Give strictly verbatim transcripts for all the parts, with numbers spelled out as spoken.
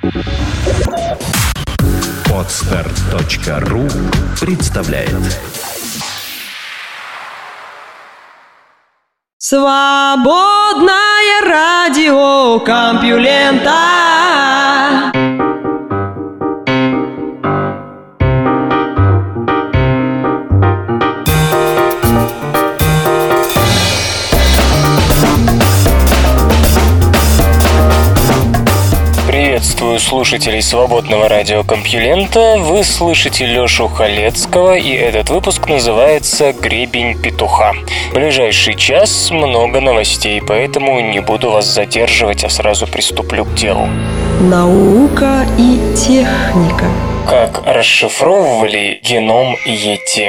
Подстар точка ру представляет. Свободное радио Компьюлента. Приветствую слушателей свободного радио Компьюлента. Вы слышите Лёшу Халецкого, и этот выпуск называется «Гребень петуха». В ближайший час много новостей, поэтому не буду вас задерживать, а сразу приступлю к делу. Наука и техника. Как расшифровывали геном Йети.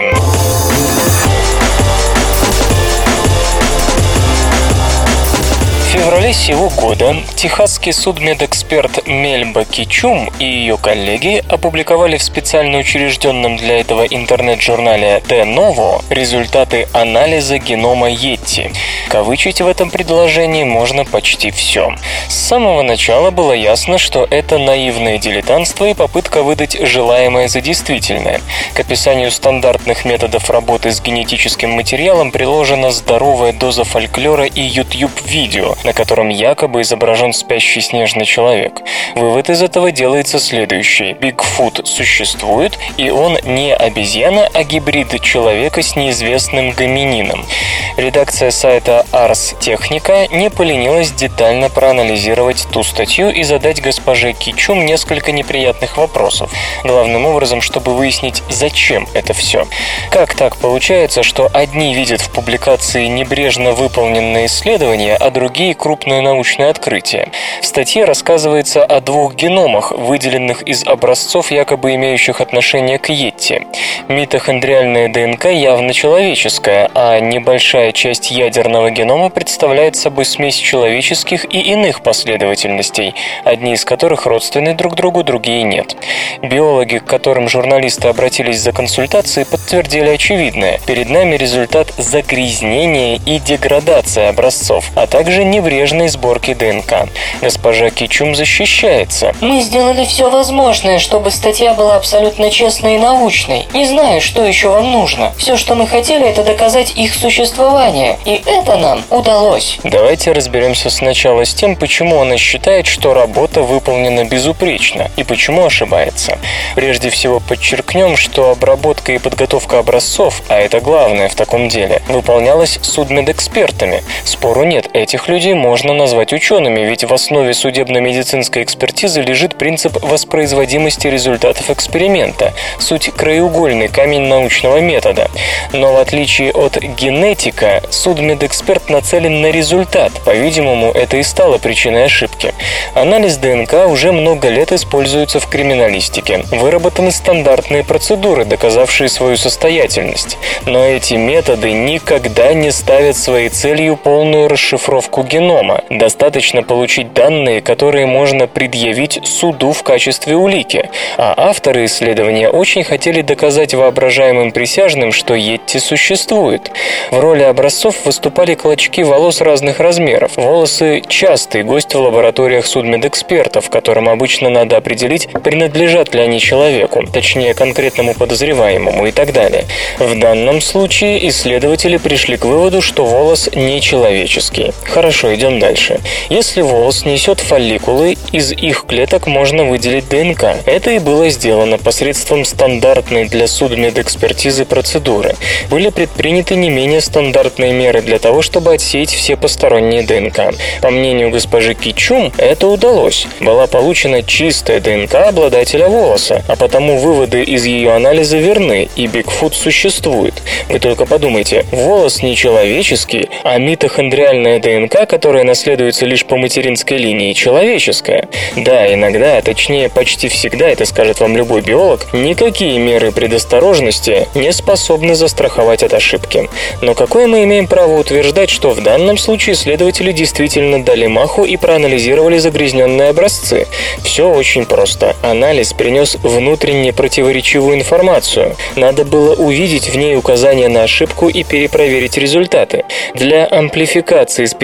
В феврале сего года техасский судмедэксперт Мельба Кичум и ее коллеги опубликовали в специально учрежденном для этого интернет-журнале De Novo результаты анализа генома Йети. Кавычить в этом предложении можно почти все. С самого начала было ясно, что это наивное дилетантство и попытка выдать желаемое за действительное. К описанию стандартных методов работы с генетическим материалом приложена здоровая доза фольклора и YouTube-видео, на котором якобы изображен спящий снежный человек. Вывод из этого делается следующий. Бигфут существует, и он не обезьяна, а гибрид человека с неизвестным гоминином. Редакция сайта Ars Technica не поленилась детально проанализировать ту статью и задать госпоже Кичум несколько неприятных вопросов. Главным образом, чтобы выяснить, зачем это все. Как так получается, что одни видят в публикации небрежно выполненные исследования, а другие крупное научное открытие? В статье рассказывается о двух геномах, выделенных из образцов, якобы имеющих отношение к Йети. Митохондриальная ДНК явно человеческая, а небольшая часть ядерного генома представляет собой смесь человеческих и иных последовательностей, одни из которых родственны друг другу, другие нет. Биологи, к которым журналисты обратились за консультацией, подтвердили очевидное. Перед нами результат загрязнения и деградации образцов, а также неврежной сборки ДНК. Госпожа Кичум защищается. Мы сделали все возможное, чтобы статья была абсолютно честной и научной. Не знаю, что еще вам нужно. Все, что мы хотели, это доказать их существование. И это нам удалось. Давайте разберемся сначала с тем, почему она считает, что работа выполнена безупречно, и почему ошибается. Прежде всего подчеркнем, что обработка и подготовка образцов, а это главное в таком деле, выполнялась судмедэкспертами. Спору нет, этих людей можно назвать учеными, ведь в основе судебно-медицинской экспертизы лежит принцип воспроизводимости результатов эксперимента, суть краеугольный камень научного метода. Но в отличие от генетика, судмедэксперт нацелен на результат. По-видимому, это и стало причиной ошибки. Анализ ДНК уже много лет используется в криминалистике. Выработаны стандартные процедуры, доказавшие свою состоятельность. Но эти методы никогда не ставят своей целью полную расшифровку генома. Достаточно получить данные, которые можно предъявить суду в качестве улики. А авторы исследования очень хотели доказать воображаемым присяжным, что Йети существует. В роли образцов выступали клочки волос разных размеров. Волосы – частый гость в лабораториях судмедэкспертов, которым обычно надо определить, принадлежат ли они человеку, точнее конкретному подозреваемому и так далее. В данном случае исследователи пришли к выводу, что волос не человеческий. Хорошо, идем дальше. Если волос несет фолликулы, из их клеток можно выделить ДНК. Это и было сделано посредством стандартной для судмедэкспертизы процедуры. Были предприняты не менее стандартные меры для того, чтобы отсеять все посторонние ДНК. По мнению госпожи Кичум, это удалось. Была получена чистая ДНК обладателя волоса, а потому выводы из ее анализа верны, и Бигфут существует. Вы только подумайте, волос не человеческий, а митохондриальная ДНК, которая наследуется лишь по материнской линии, человеческая. Да, иногда, точнее почти всегда, это скажет вам любой биолог, никакие меры предосторожности не способны застраховать от ошибки. Но какое мы имеем право утверждать, что в данном случае исследователи действительно дали маху и проанализировали загрязненные образцы? Все очень просто. Анализ принес внутренне противоречивую информацию. Надо было увидеть в ней указания на ошибку и перепроверить результаты. Для амплификации специфических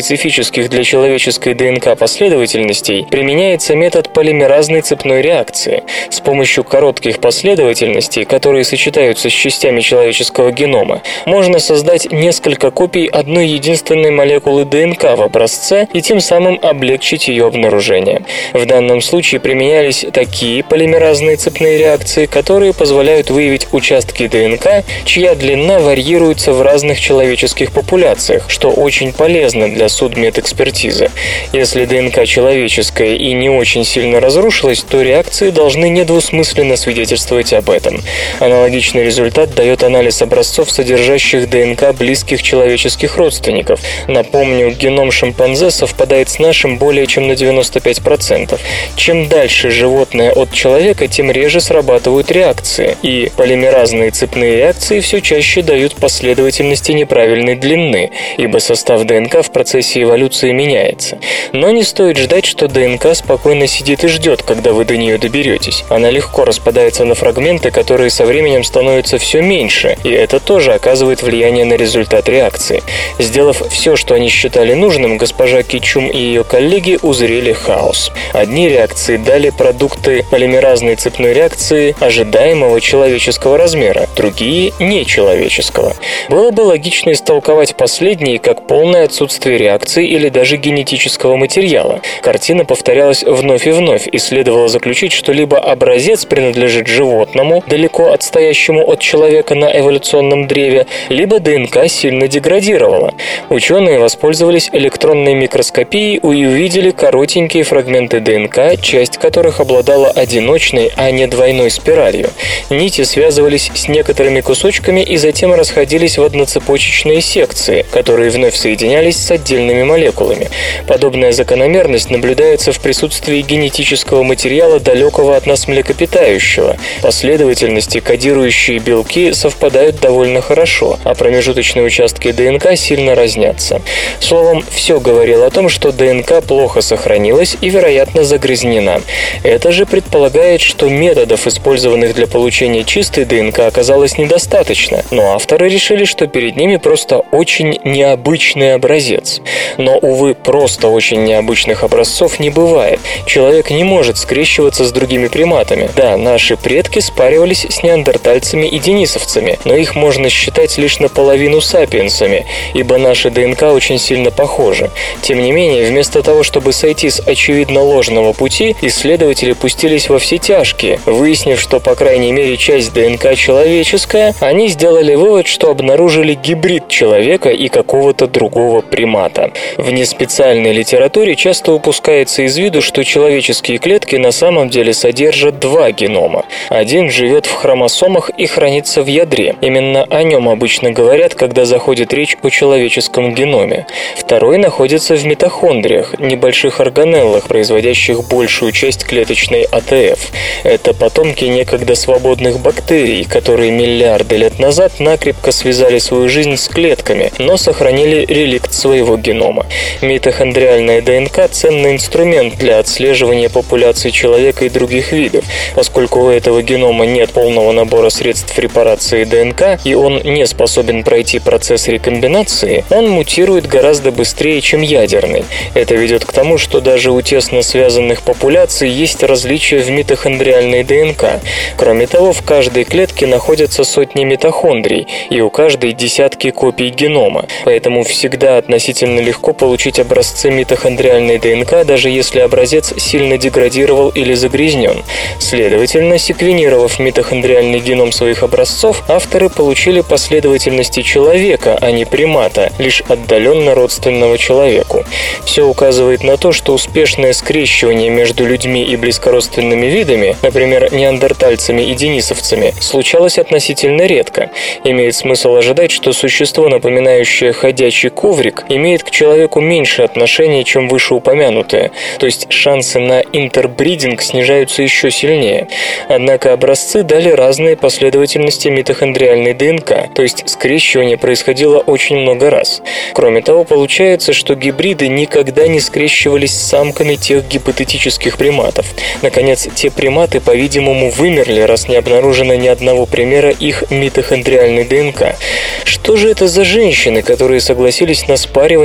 критических для человеческой ДНК последовательностей применяется метод полимеразной цепной реакции. С помощью коротких последовательностей, которые сочетаются с частями человеческого генома, можно создать несколько копий одной единственной молекулы ДНК в образце и тем самым облегчить ее обнаружение. В данном случае применялись такие полимеразные цепные реакции, которые позволяют выявить участки ДНК, чья длина варьируется в разных человеческих популяциях, что очень полезно для судмедэкспертизы. Если ДНК человеческая и не очень сильно разрушилась, то реакции должны недвусмысленно свидетельствовать об этом. Аналогичный результат дает анализ образцов, содержащих ДНК близких человеческих родственников. Напомню, геном шимпанзе совпадает с нашим более чем на девяносто пять процентов. Чем дальше животное от человека, тем реже срабатывают реакции, и полимеразные цепные реакции все чаще дают последовательности неправильной длины, ибо состав ДНК в процессе эволюции меняется. Но не стоит ждать, что ДНК спокойно сидит и ждет, когда вы до нее доберетесь. Она легко распадается на фрагменты, которые со временем становятся все меньше, и это тоже оказывает влияние на результат реакции. Сделав все, что они считали нужным, госпожа Кичум и ее коллеги узрели хаос. Одни реакции дали продукты полимеразной цепной реакции ожидаемого человеческого размера, другие – нечеловеческого. Было бы логично истолковать последние как полное отсутствие реакции или даже генетического материала. Картина повторялась вновь и вновь, и следовало заключить, что либо образец принадлежит животному, далеко отстоящему от человека на эволюционном древе, либо ДНК сильно деградировала. Ученые воспользовались электронной микроскопией и увидели коротенькие фрагменты ДНК, часть которых обладала одиночной, а не двойной спиралью. Нити связывались с некоторыми кусочками и затем расходились в одноцепочечные секции, которые вновь соединялись с отдельными молекулами. Подобная закономерность наблюдается в присутствии генетического материала, далекого от нас млекопитающего. Последовательности, кодирующие белки, совпадают довольно хорошо, а промежуточные участки ДНК сильно разнятся. Словом, все говорило о том, что ДНК плохо сохранилась и, вероятно, загрязнена. Это же предполагает, что методов, использованных для получения чистой ДНК, оказалось недостаточно, но авторы решили, что перед ними просто очень необычный образец. Но, увы, просто очень необычных образцов не бывает. Человек не может скрещиваться с другими приматами. Да, наши предки спаривались с неандертальцами и денисовцами, но их можно считать лишь наполовину сапиенсами, ибо наши ДНК очень сильно похожи. Тем не менее, вместо того, чтобы сойти с очевидно ложного пути, исследователи пустились во все тяжкие. Выяснив, что по крайней мере часть ДНК человеческая, они сделали вывод, что обнаружили гибрид человека и какого-то другого примата. В неспециальной литературе часто упускается из виду, что человеческие клетки на самом деле содержат два генома. Один живет в хромосомах и хранится в ядре. Именно о нем обычно говорят, когда заходит речь о человеческом геноме. Второй находится в митохондриях, небольших органеллах, производящих большую часть клеточной А Т Ф. Это потомки некогда свободных бактерий, которые миллиарды лет назад накрепко связали свою жизнь с клетками, но сохранили реликт своего генома. Митохондриальная ДНК – ценный инструмент для отслеживания популяций человека и других видов. Поскольку у этого генома нет полного набора средств репарации ДНК, и он не способен пройти процесс рекомбинации, он мутирует гораздо быстрее, чем ядерный. Это ведет к тому, что даже у тесно связанных популяций есть различия в митохондриальной ДНК. Кроме того, в каждой клетке находятся сотни митохондрий, и у каждой десятки копий генома. Поэтому всегда относительно легко получить образцы митохондриальной ДНК, даже если образец сильно деградировал или загрязнен. Следовательно, секвенировав митохондриальный геном своих образцов, авторы получили последовательности человека, а не примата, лишь отдаленно родственного человеку. Все указывает на то, что успешное скрещивание между людьми и близкородственными видами, например, неандертальцами и денисовцами, случалось относительно редко. Имеет смысл ожидать, что существо, напоминающее ходячий коврик, имеет к человеку меньше отношения, чем вышеупомянутое, то есть шансы на интербридинг снижаются еще сильнее. Однако образцы дали разные последовательности митохондриальной ДНК, то есть скрещивание происходило очень много раз. Кроме того, получается, что гибриды никогда не скрещивались с самками тех гипотетических приматов. Наконец, те приматы, по-видимому, вымерли, раз не обнаружено ни одного примера их митохондриальной ДНК. Что же это за женщины, которые согласились на спаривание с какими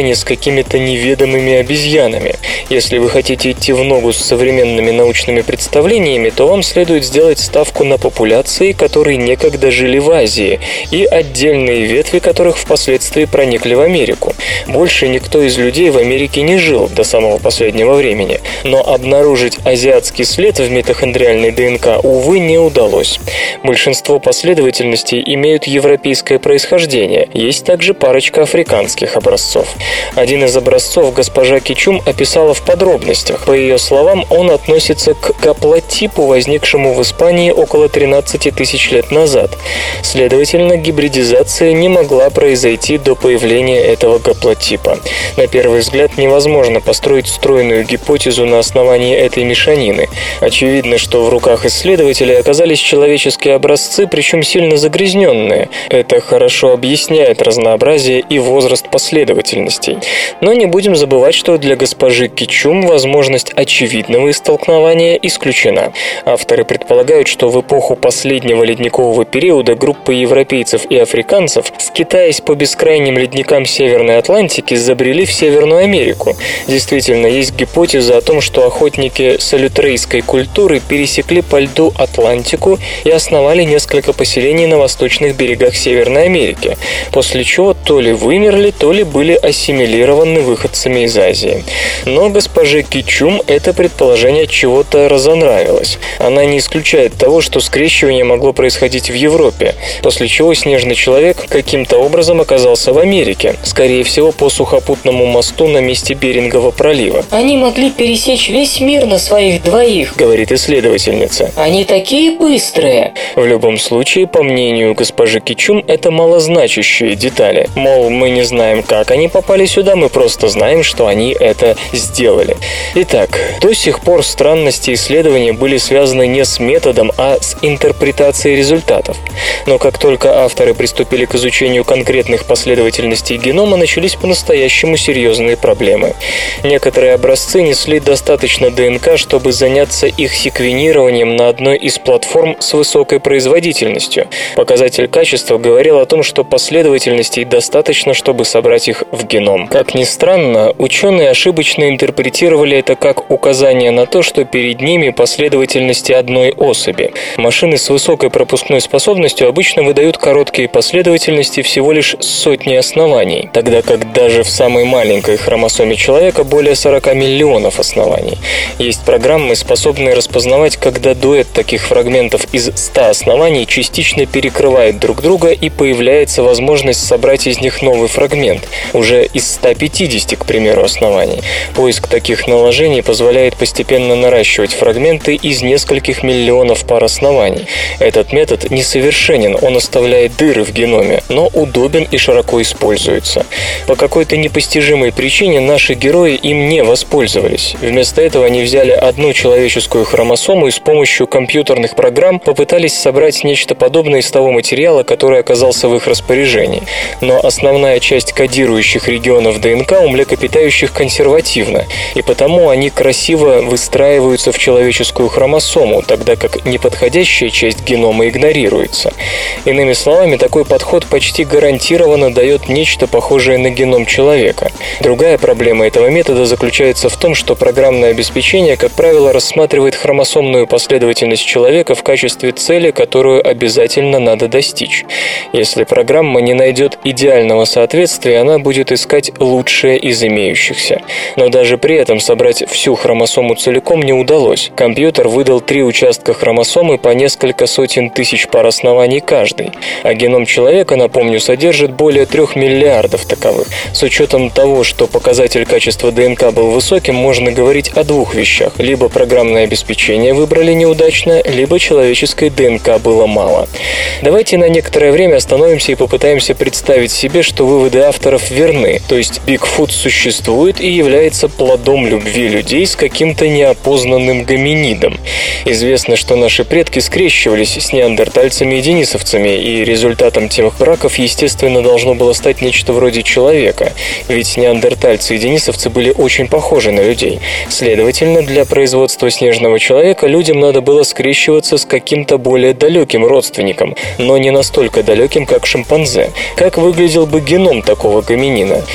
какими-то неведомыми обезьянами. Если вы хотите идти в ногу с современными научными представлениями, то вам следует сделать ставку на популяции, которые некогда жили в Азии, и отдельные ветви которых впоследствии проникли в Америку. Больше никто из людей в Америке не жил до самого последнего времени, но обнаружить азиатский след в митохондриальной ДНК, увы, не удалось. Большинство последовательностей имеют европейское происхождение, есть также парочка африканских образцов. Один из образцов госпожа Кичум описала в подробностях. По ее словам, он относится к гаплотипу, возникшему в Испании около тринадцати тысяч лет назад. Следовательно, гибридизация не могла произойти до появления этого гаплотипа. На первый взгляд, невозможно построить стройную гипотезу на основании этой мешанины. Очевидно, что в руках исследователей оказались человеческие образцы, причем сильно загрязненные. Это хорошо объясняет разнообразие и возраст последовательностей. Но не будем забывать, что для госпожи Кичум возможность очевидного истолкования исключена. Авторы предполагают, что в эпоху последнего ледникового периода группа европейцев и африканцев, скитаясь по бескрайним ледникам Северной Атлантики, забрели в Северную Америку. Действительно, есть гипотеза о том, что охотники солютрейской культуры пересекли по льду Атлантику и основали несколько поселений на восточных берегах Северной Америки, после чего то ли вымерли, то ли были ассимилированы выходцами из Азии. Но госпоже Кичум это предположение чего-то разонравилось. Она не исключает того, что скрещивание могло происходить в Европе, после чего снежный человек каким-то образом оказался в Америке, скорее всего по сухопутному мосту на месте Берингова пролива. Они могли пересечь весь мир на своих двоих, говорит исследовательница. Они такие быстрые. В любом случае, по мнению госпожи Кичум, это малозначащие детали. Мол, мы не знаем, как они попали сюда, мы просто знаем, что они это сделали. Итак, до сих пор странности исследования были связаны не с методом, а с интерпретацией результатов. Но как только авторы приступили к изучению конкретных последовательностей генома, начались по-настоящему серьезные проблемы. Некоторые образцы несли достаточно ДНК, чтобы заняться их секвенированием на одной из платформ с высокой производительностью. Показатель качества говорил о том, что последовательностей достаточно, чтобы собрать их в геном. Как ни странно, ученые ошибочно интерпретировали это как указание на то, что перед ними последовательности одной особи. Машины с высокой пропускной способностью обычно выдают короткие последовательности всего лишь с сотни оснований, тогда как даже в самой маленькой хромосоме человека более сорока миллионов оснований. Есть программы, способные распознавать, когда дуэт таких фрагментов из ста оснований частично перекрывает друг друга и появляется возможность собрать из них новый фрагмент, уже из ста пятидесяти, к примеру, оснований. Поиск таких наложений позволяет постепенно наращивать фрагменты из нескольких миллионов пар оснований. Этот метод несовершенен, он оставляет дыры в геноме, но удобен и широко используется. По какой-то непостижимой причине наши герои им не воспользовались. Вместо этого они взяли одну человеческую хромосому и с помощью компьютерных программ попытались собрать нечто подобное из того материала, который оказался в их распоряжении. Но основная часть кодирующих регионов ДНК у млекопитающих консервативна, и потому они красиво выстраиваются в человеческую хромосому, тогда как неподходящая часть генома игнорируется. Иными словами, такой подход почти гарантированно дает нечто похожее на геном человека. Другая проблема этого метода заключается в том, что программное обеспечение, как правило, рассматривает хромосомную последовательность человека в качестве цели, которую обязательно надо достичь. Если программа не найдет идеального соответствия, она будет искать лучшее из имеющихся. Но даже при этом собрать всю хромосому целиком не удалось. Компьютер выдал три участка хромосомы по несколько сотен тысяч пар оснований каждый. А геном человека, напомню, содержит более трех миллиардов таковых. С учетом того, что показатель качества ДНК был высоким, можно говорить о двух вещах. Либо программное обеспечение выбрали неудачно, либо человеческой ДНК было мало. Давайте на некоторое время остановимся и попытаемся представить себе, что выводы авторов верны, то есть Бигфут существует и является плодом любви людей с каким-то неопознанным гоминидом. Известно, что наши предки скрещивались с неандертальцами и денисовцами, и результатом тех браков, естественно, должно было стать нечто вроде человека, ведь неандертальцы и денисовцы были очень похожи на людей. Следовательно, для производства снежного человека людям надо было скрещиваться с каким-то более далеким родственником, но не настолько далеким, как шимпанзе. Как выглядел бы геном такого гоминина? Геном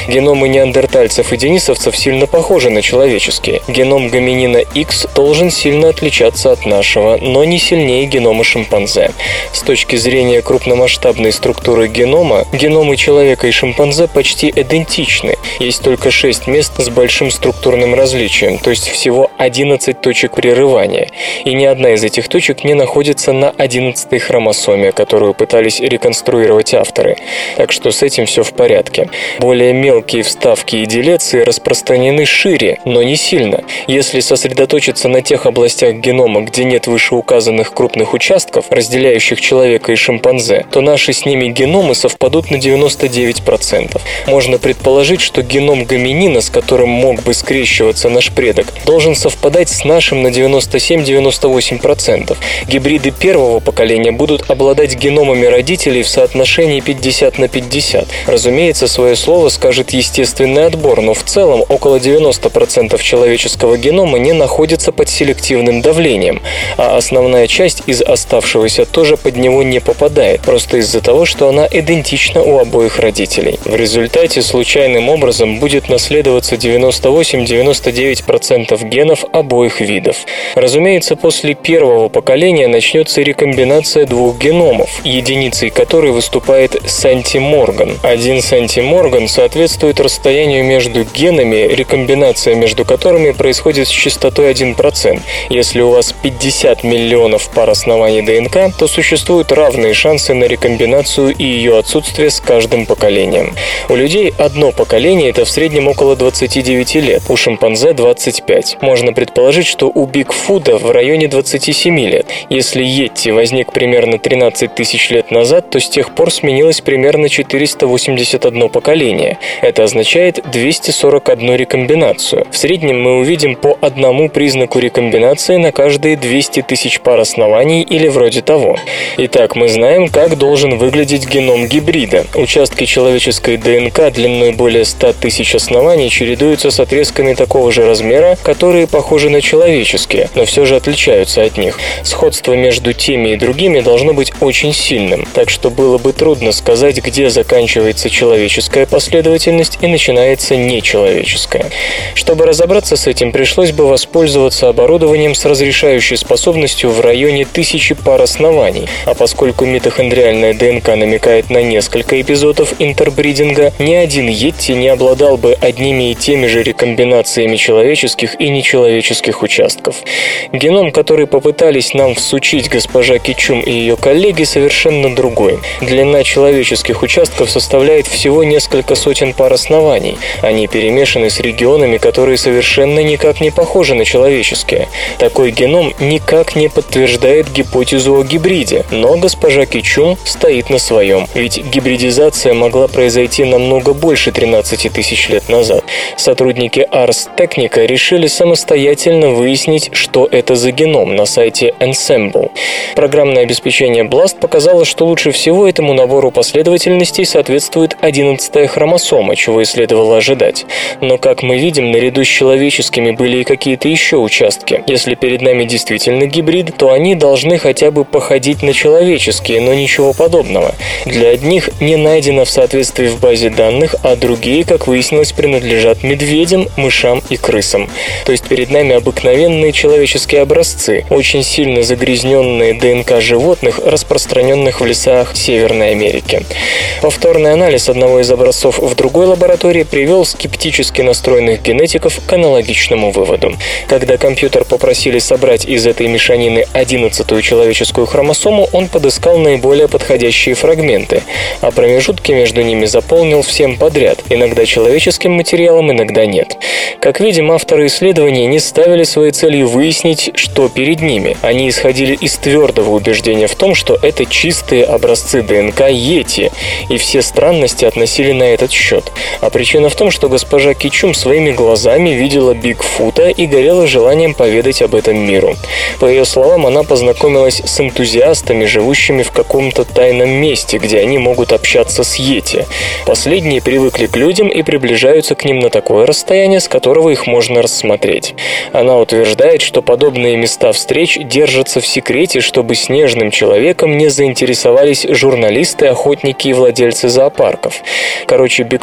Геномы неандертальцев и денисовцев сильно похожи на человеческие. Геном гоминина X должен сильно отличаться от нашего, но не сильнее генома шимпанзе. С точки зрения крупномасштабной структуры генома, геномы человека и шимпанзе почти идентичны. Есть только шесть мест с большим структурным различием, то есть всего одиннадцать точек прерывания. И ни одна из этих точек не находится на одиннадцатой хромосоме, которую пытались реконструировать авторы. Так что с этим все в порядке. Более мелкие вставки и делеции распространены шире, но не сильно. Если сосредоточиться на тех областях генома, где нет вышеуказанных крупных участков, разделяющих человека и шимпанзе, то наши с ними геномы совпадут на девяносто девять процентов. Можно предположить, что геном гоминина, с которым мог бы скрещиваться наш предок, должен совпадать с нашим на девяносто семь - девяносто восемь процентов. Гибриды первого поколения будут обладать геномами родителей в соотношении пятьдесят на пятьдесят. Разумеется, свое слово скажет естественный отбор, но в целом около девяносто процентов человеческого генома не находится под селективным давлением, а основная часть из оставшегося тоже под него не попадает, просто из-за того, что она идентична у обоих родителей. В результате случайным образом будет наследоваться девяносто восемь - девяносто девять процентов генов обоих видов. Разумеется, после первого поколения начнется рекомбинация двух геномов, единицей которой выступает сантиморган. Один сантиморган соответствует расстоянию между генами, рекомбинация между которыми происходит с частотой один процент. Если у вас пятьдесят миллионов пар оснований ДНК, то существуют равные шансы на рекомбинацию и ее отсутствие с каждым поколением. У людей одно поколение – это в среднем около двадцати девяти лет, у шимпанзе двадцать пять. Можно предположить, что у Бигфута в районе двадцати семи лет. Если Йетти возник примерно тринадцать тысяч лет назад, то с тех пор сменилось примерно четыреста восемьдесят одно поколение. Это означает двести сорок одну рекомбинацию. В среднем мы увидим по одному признаку рекомбинации на каждые двести тысяч пар оснований или вроде того. Итак, мы знаем, как должен выглядеть геном гибрида. Участки человеческой ДНК длиной более ста тысяч оснований чередуются с отрезками такого же размера, которые похожи на человеческие, но все же отличаются от них. Сходство между теми и другими должно быть очень сильным, так что было бы трудно сказать, где заканчивается человеческая последовательность и начинается нечеловеческая. Чтобы разобраться с этим, пришлось бы воспользоваться оборудованием с разрешающей способностью в районе тысячи пар оснований, а поскольку митохондриальная ДНК намекает на несколько эпизодов интербридинга, ни один Йетти не обладал бы одними и теми же рекомбинациями человеческих и нечеловеческих участков. Геном, который попытались нам всучить госпожа Кичум и ее коллеги, совершенно другой. Длина человеческих участков составляет всего несколько сотен пар оснований. Они перемешаны с регионами, которые совершенно никак не похожи на человеческие. Такой геном никак не подтверждает гипотезу о гибриде, но госпожа Кичум стоит на своем, ведь гибридизация могла произойти намного больше тринадцати тысяч лет назад. Сотрудники Ars Technica решили самостоятельно выяснить, что это за геном на сайте Ensemble. Программное обеспечение Blast показало, что лучше всего этому набору последовательностей соответствует одиннадцатая хромосома, чего и следовало ожидать. Но, как мы видим, наряду с человеческими были и какие-то еще участки. Если перед нами действительно гибрид, то они должны хотя бы походить на человеческие, но ничего подобного. Для одних не найдено в соответствии в базе данных, а другие, как выяснилось, принадлежат медведям, мышам и крысам. То есть перед нами обыкновенные человеческие образцы, очень сильно загрязненные ДНК животных, распространенных в лесах Северной Америки. Повторный анализ одного из образцов в другой лаборатории привел скептически настроенных генетиков к аналогичному выводу. Когда компьютер попросили собрать из этой мешанины одиннадцатую человеческую хромосому, он подыскал наиболее подходящие фрагменты, а промежутки между ними заполнил всем подряд, иногда человеческим материалом, иногда нет. Как видим, авторы исследования не ставили своей целью выяснить, что перед ними. Они исходили из твердого убеждения в том, что это чистые образцы ДНК Йетти, и все странности относили на этот счет. А причина в том, что госпожа Кичум своими глазами видела Бигфута и горела желанием поведать об этом миру. По ее словам, она познакомилась с энтузиастами, живущими в каком-то тайном месте, где они могут общаться с Йетти. Последние привыкли к людям и приближаются к ним на такое расстояние, с которого их можно рассмотреть. Она утверждает, что подобные места встреч держатся в секрете, чтобы снежным человеком не заинтересовались журналисты, охотники и владельцы зоопарков. Короче, Бигфутов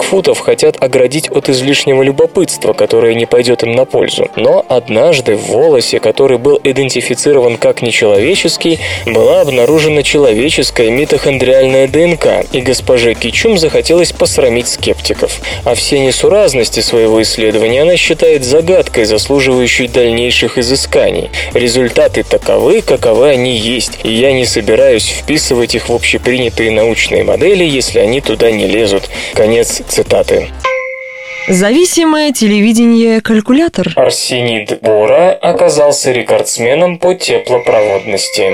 хотят оградить от излишнего любопытства, которое не пойдет им на пользу. Но однажды в волосе, который был идентифицирован как нечеловеческий, была обнаружена человеческая митохондриальная ДНК, и госпоже Кичум захотелось посрамить скептиков. А все несуразности своего исследования она считает загадкой, заслуживающей дальнейших изысканий. Результаты таковы, каковы они есть, и я не собираюсь вписывать их в общепринятые научные модели, если они туда не лезут. Конец цитаты. Зависимое телевидение-калькулятор. Арсенид Бора оказался рекордсменом по теплопроводности.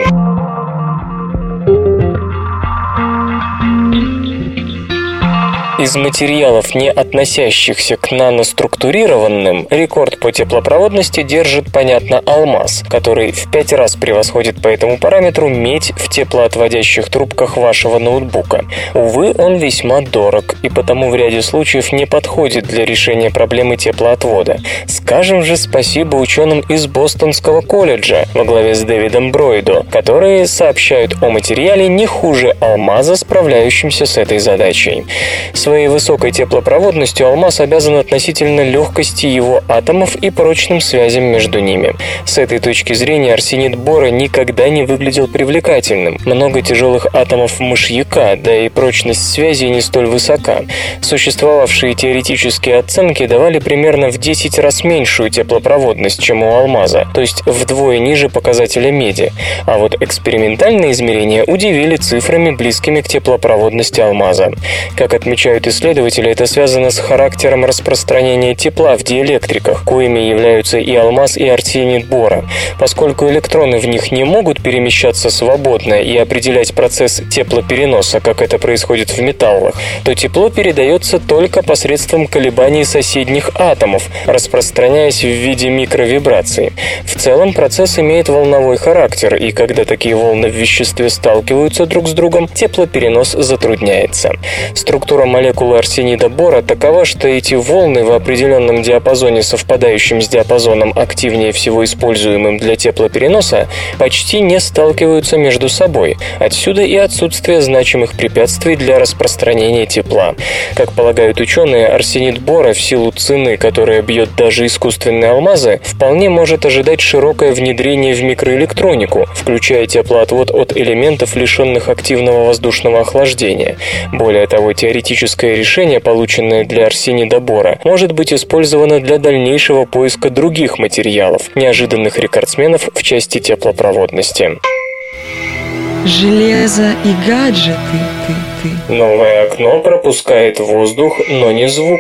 Из материалов, не относящихся к наноструктурированным, рекорд по теплопроводности держит, понятно, алмаз, который в пять раз превосходит по этому параметру медь в теплоотводящих трубках вашего ноутбука. Увы, он весьма дорог и потому в ряде случаев не подходит для решения проблемы теплоотвода. Скажем же спасибо ученым из Бостонского колледжа во главе с Дэвидом Бройдо, которые сообщают о материале не хуже алмаза, справляющимся с этой задачей. Своей высокой теплопроводностью алмаз обязан относительно легкости его атомов и прочным связям между ними. С этой точки зрения арсенид бора никогда не выглядел привлекательным. Много тяжелых атомов мышьяка, да и прочность связей не столь высока. Существовавшие теоретические оценки давали примерно в десять раз меньшую теплопроводность, чем у алмаза, то есть вдвое ниже показателя меди. А вот экспериментальные измерения удивили цифрами, близкими к теплопроводности алмаза. Как отмечают исследователи, это связано с характером распространения тепла в диэлектриках, коими являются и алмаз, и арсенид бора. Поскольку электроны в них не могут перемещаться свободно и определять процесс теплопереноса, как это происходит в металлах, то тепло передается только посредством колебаний соседних атомов, распространяясь в виде микровибраций. В целом процесс имеет волновой характер, и когда такие волны в веществе сталкиваются друг с другом, теплоперенос затрудняется. Структура молекулы арсенида бора такова, что эти волны в определенном диапазоне, совпадающем с диапазоном активнее всего используемым для теплопереноса, почти не сталкиваются между собой. Отсюда и отсутствие значимых препятствий для распространения тепла. Как полагают ученые, арсенид бора в силу цены, которая бьет даже искусственные алмазы, вполне может ожидать широкое внедрение в микроэлектронику, включая теплоотвод от элементов, лишенных активного воздушного охлаждения. Более того, теоретическое решение, полученное для арсенида бора, может быть использовано для дальнейшего поиска других материалов, неожиданных рекордсменов в части теплопроводности. Железо и гаджеты. Ты, ты. Новое окно пропускает воздух, но не звук.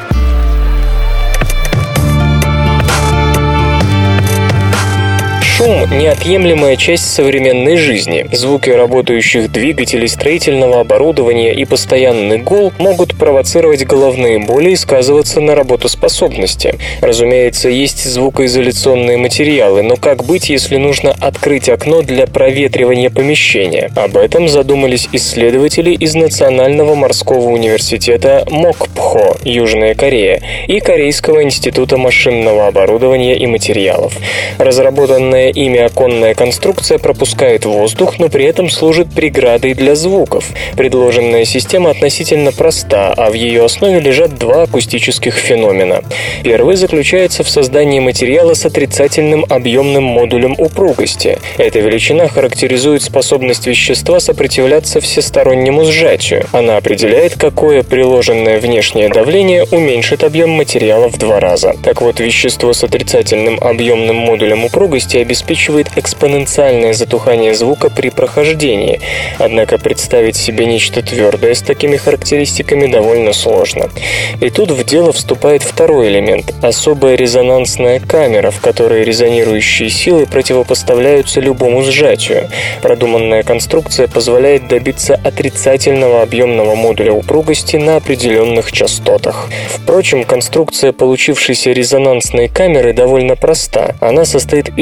Шум – неотъемлемая часть современной жизни. Звуки работающих двигателей, строительного оборудования и постоянный гул могут провоцировать головные боли и сказываться на работоспособности. Разумеется, есть звукоизоляционные материалы, но как быть, если нужно открыть окно для проветривания помещения? Об этом задумались исследователи из Национального морского университета Мокпхо, Южная Корея, и Корейского института машинного оборудования и материалов. Разработанная ими оконная конструкция пропускает воздух, но при этом служит преградой для звуков. Предложенная система относительно проста, а в ее основе лежат два акустических феномена. Первый заключается в создании материала с отрицательным объемным модулем упругости. Эта величина характеризует способность вещества сопротивляться всестороннему сжатию. Она определяет, какое приложенное внешнее давление уменьшит объем материала в два раза. Так вот, вещество с отрицательным объемным модулем упругости обеспечивает экспоненциальное затухание звука при прохождении. Однако представить себе нечто твердое с такими характеристиками довольно сложно. И тут в дело вступает второй элемент – особая резонансная камера, в которой резонирующие силы противопоставляются любому сжатию. Продуманная конструкция позволяет добиться отрицательного объемного модуля упругости на определенных частотах. Впрочем, конструкция получившейся резонансной камеры довольно проста. Она состоит из двух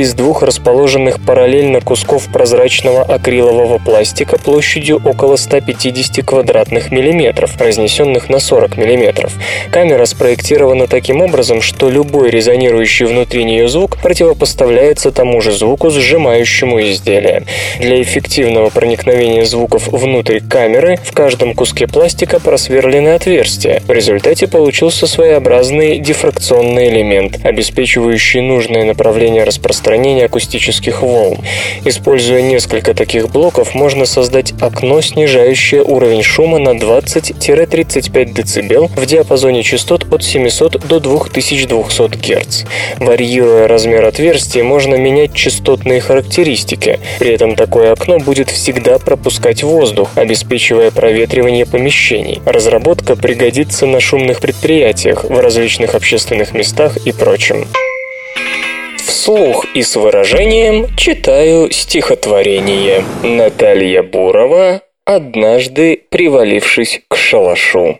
расположенных параллельно кусков прозрачного акрилового пластика площадью около сто пятьдесят квадратных миллиметров, разнесенных на сорок миллиметров. Камера спроектирована таким образом, что любой резонирующий внутри нее звук противопоставляется тому же звуку, сжимающему изделие. Для эффективного проникновения звуков внутрь камеры в каждом куске пластика просверлены отверстия. В результате получился своеобразный дифракционный элемент, обеспечивающий нужное направление распространения акустических волн. Используя несколько таких блоков, можно создать окно, снижающее уровень шума на двадцать-тридцать пять дБ в диапазоне частот от семисот до двух тысяч двухсот Гц. Варьируя размер отверстия, можно менять частотные характеристики. При этом такое окно будет всегда пропускать воздух, обеспечивая проветривание помещений. Разработка пригодится на шумных предприятиях, в различных общественных местах и прочем. Вслух и с выражением читаю стихотворение. Наталья Бурова, однажды привалившись к шалашу.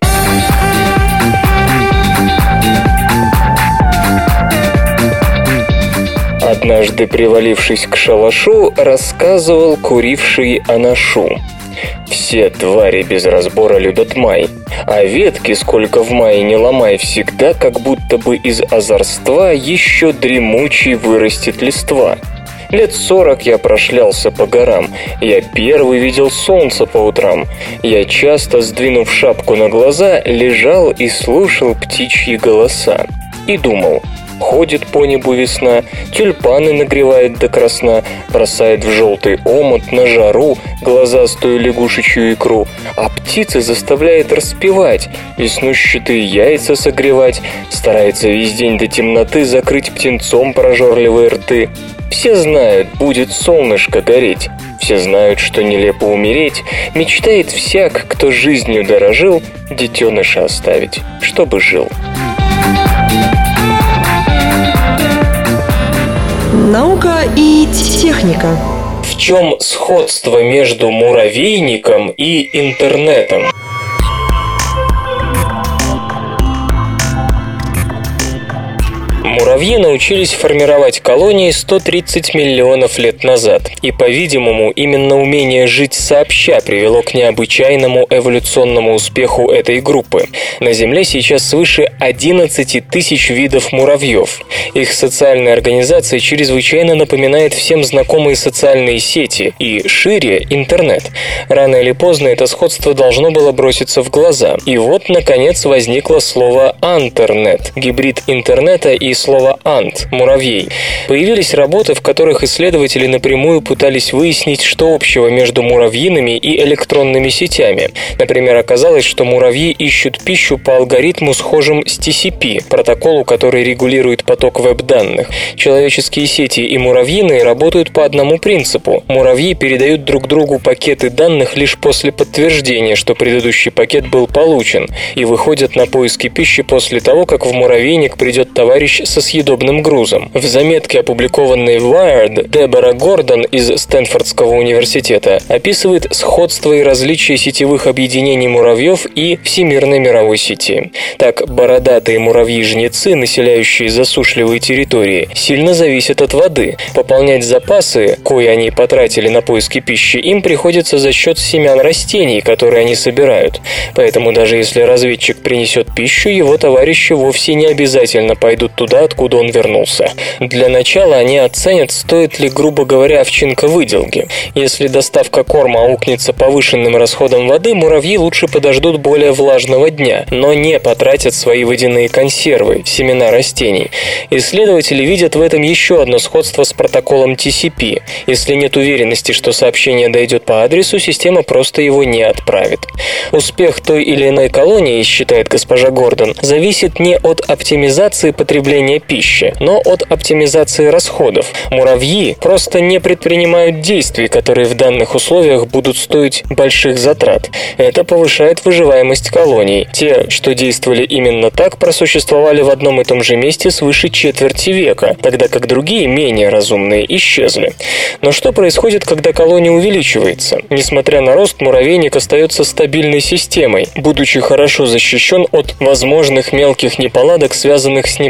Однажды привалившись к шалашу, рассказывал куривший анашу. Все твари без разбора любят май, а ветки, сколько в мае не ломай, всегда как будто бы из озорства еще дремучей вырастет листва. Лет сорок я прошлялся по горам, я первый видел солнце по утрам. Я часто, сдвинув шапку на глаза, лежал и слушал птичьи голоса. И думал: ходит по небу весна, тюльпаны нагревает до красна, бросает в желтый омут на жару глазастую лягушечью икру, а птицы заставляет распевать, веснущатые яйца согревать, старается весь день до темноты закрыть птенцом прожорливые рты. Все знают, будет солнышко гореть, все знают, что нелепо умереть, мечтает всяк, кто жизнью дорожил, детеныша оставить, чтобы жил. Наука и техника. В чем сходство между муравейником и интернетом? Муравьи научились формировать колонии сто тридцать миллионов лет назад, и, по-видимому, именно умение жить сообща привело к необычайному эволюционному успеху этой группы. На Земле сейчас свыше одиннадцати тысяч видов муравьев. Их социальная организация чрезвычайно напоминает всем знакомые социальные сети и, шире, интернет. Рано или поздно это сходство должно было броситься в глаза. И вот, наконец, возникло слово «антернет», гибрид интернета и слово «ант» — муравей. Появились работы, в которых исследователи напрямую пытались выяснить, что общего между муравьиными и электронными сетями. Например, оказалось, что муравьи ищут пищу по алгоритму, схожим с ти си пи, протоколу, который регулирует поток веб-данных. Человеческие сети и муравьиные работают по одному принципу. Муравьи передают друг другу пакеты данных лишь после подтверждения, что предыдущий пакет был получен, и выходят на поиски пищи после того, как в муравейник придет товарищ со съедобным грузом. В заметке, опубликованной в Wired, Дебора Гордон из Стэнфордского университета описывает сходство и различия сетевых объединений муравьев и всемирной мировой сети. Так, бородатые муравьи-жнецы, населяющие засушливые территории, сильно зависят от воды. Пополнять запасы, кои они потратили на поиски пищи, им приходится за счет семян растений, которые они собирают. Поэтому даже если разведчик принесет пищу, его товарищи вовсе не обязательно пойдут туда, откуда он вернулся. Для начала они оценят, стоит ли, грубо говоря, овчинка выделки. Если доставка корма аукнется повышенным расходом воды, муравьи лучше подождут более влажного дня, но не потратят свои водяные консервы, семена растений. Исследователи видят в этом еще одно сходство с протоколом ти си пи. Если нет уверенности, что сообщение дойдет по адресу, система просто его не отправит. Успех той или иной колонии, считает госпожа Гордон, зависит не от оптимизации потребления пищи, но от оптимизации расходов. Муравьи просто не предпринимают действий, которые в данных условиях будут стоить больших затрат. Это повышает выживаемость колоний. Те, что действовали именно так, просуществовали в одном и том же месте свыше четверти века, тогда как другие, менее разумные, исчезли. Но что происходит, когда колония увеличивается? Несмотря на рост, муравейник остается стабильной системой, будучи хорошо защищен от возможных мелких неполадок, связанных с неправильной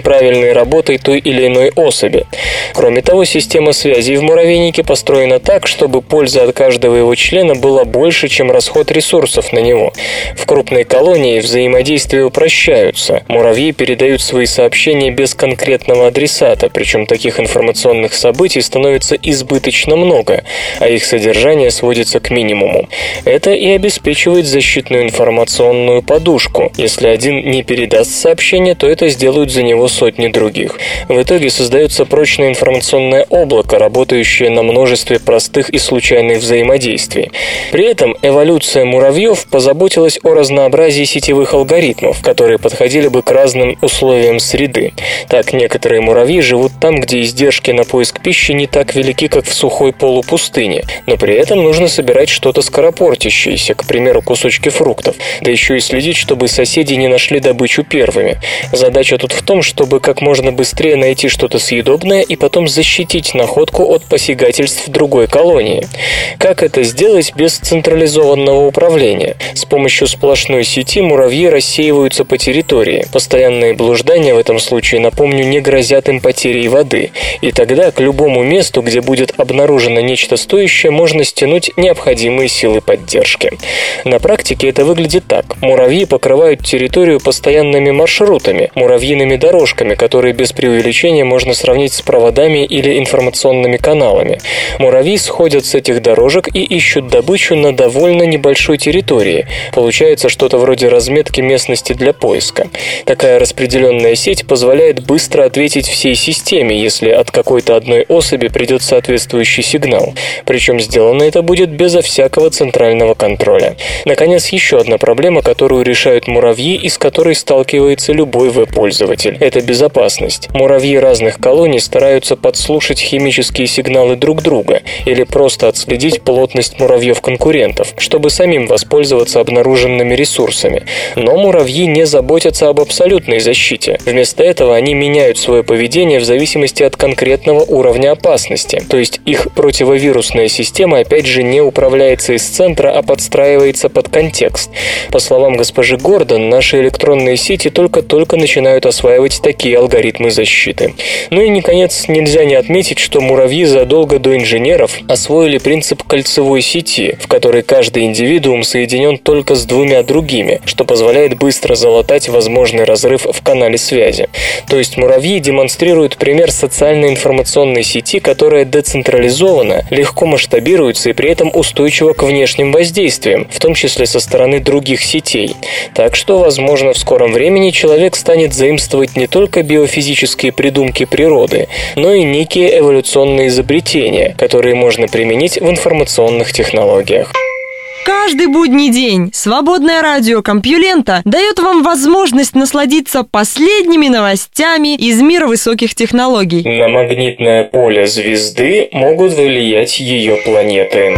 выполненной работой той или иной особи. Кроме того, система связей в муравейнике построена так, чтобы польза от каждого его члена была больше, чем расход ресурсов на него. В крупной колонии взаимодействия упрощаются. Муравьи передают свои сообщения без конкретного адресата, причем таких информационных событий становится избыточно много, а их содержание сводится к минимуму. Это и обеспечивает защитную информационную подушку. Если один не передаст сообщение, то это сделают за него сотни других. В итоге создается прочное информационное облако, работающее на множестве простых и случайных взаимодействий. При этом эволюция муравьев позаботилась о разнообразии сетевых алгоритмов, которые подходили бы к разным условиям среды. Так, некоторые муравьи живут там, где издержки на поиск пищи не так велики, как в сухой полупустыне, но при этом нужно собирать что-то скоропортящееся, к примеру, кусочки фруктов, да еще и следить, чтобы соседи не нашли добычу первыми. Задача тут в том, чтобы как можно быстрее найти что-то съедобное и потом защитить находку от посягательств другой колонии. Как это сделать без централизованного управления? С помощью сплошной сети муравьи рассеиваются по территории. Постоянные блуждания в этом случае, напомню, не грозят им потерей воды. И тогда к любому месту, где будет обнаружено нечто стоящее, можно стянуть необходимые силы поддержки. На практике это выглядит так. Муравьи покрывают территорию постоянными маршрутами, муравьиными дорожками, которые без преувеличения можно сравнить с проводами или информационными каналами. Муравьи сходят с этих дорожек и ищут добычу на довольно небольшой территории. Получается что-то вроде разметки местности для поиска. Такая распределенная сеть позволяет быстро ответить всей системе, если от какой-то одной особи придет соответствующий сигнал. Причем сделано это будет безо всякого центрального контроля. Наконец, еще одна проблема, которую решают муравьи и с которой сталкивается любой веб-пользователь. Это безопасность. Муравьи разных колоний стараются подслушать химические сигналы друг друга или просто отследить плотность муравьев-конкурентов, чтобы самим воспользоваться обнаруженными ресурсами. Но муравьи не заботятся об абсолютной защите. Вместо этого они меняют свое поведение в зависимости от конкретного уровня опасности. То есть их противовирусная система опять же не управляется из центра, а подстраивается под контекст. По словам госпожи Гордон, наши электронные сети только-только начинают осваивать такие алгоритмы защиты. Ну и, наконец, нельзя не отметить, что муравьи задолго до инженеров освоили принцип кольцевой сети, в которой каждый индивидуум соединен только с двумя другими, что позволяет быстро залатать возможный разрыв в канале связи. То есть муравьи демонстрируют пример социальной информационной сети, которая децентрализована, легко масштабируется и при этом устойчива к внешним воздействиям, в том числе со стороны других сетей. Так что, возможно, в скором времени человек станет заимствовать не только биофизические придумки природы, но и некие эволюционные изобретения, которые можно применить в информационных технологиях. Каждый будний день свободное радио Компьюлента дает вам возможность насладиться последними новостями из мира высоких технологий. На магнитное поле звезды могут влиять ее планеты.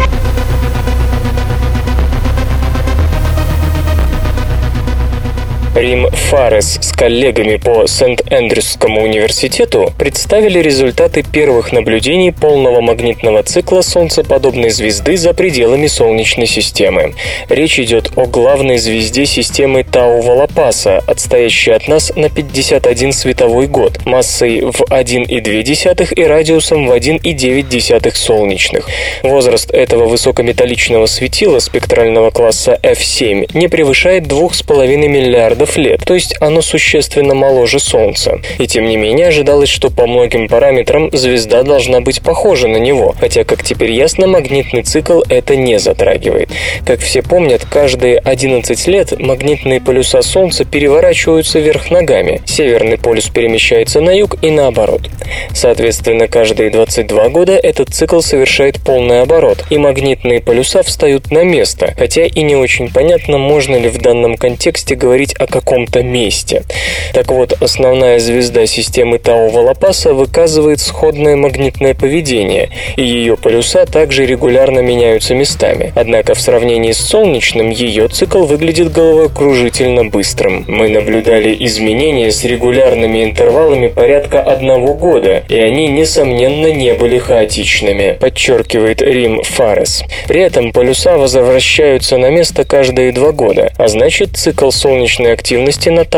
Рим Фарес с коллегами по Сент-Эндрюсскому университету представили результаты первых наблюдений полного магнитного цикла солнцеподобной звезды за пределами Солнечной системы. Речь идет о главной звезде системы Тау-Волопаса, отстоящей от нас на пятьдесят один световой год, массой в один и две десятых и радиусом в один и девять десятых солнечных. Возраст этого высокометалличного светила спектрального класса эф семь не превышает двух с половиной миллиардов лет, то есть оно существенно моложе Солнца. И тем не менее ожидалось, что по многим параметрам звезда должна быть похожа на него, хотя, как теперь ясно, магнитный цикл это не затрагивает. Как все помнят, каждые одиннадцать лет магнитные полюса Солнца переворачиваются вверх ногами. Северный полюс перемещается на юг и наоборот. Соответственно, каждые двадцать два года этот цикл совершает полный оборот, и магнитные полюса встают на место, хотя и не очень понятно, можно ли в данном контексте говорить о каком-то месте. Так вот, основная звезда системы Тау-Волопаса выказывает сходное магнитное поведение, и ее полюса также регулярно меняются местами. Однако в сравнении с солнечным ее цикл выглядит головокружительно быстрым. Мы наблюдали изменения с регулярными интервалами порядка одного года, и они, несомненно, не были хаотичными, подчеркивает Рим Фарес. При этом полюса возвращаются на место каждые два года, а значит, цикл солнечной активности на Тау-Волопасе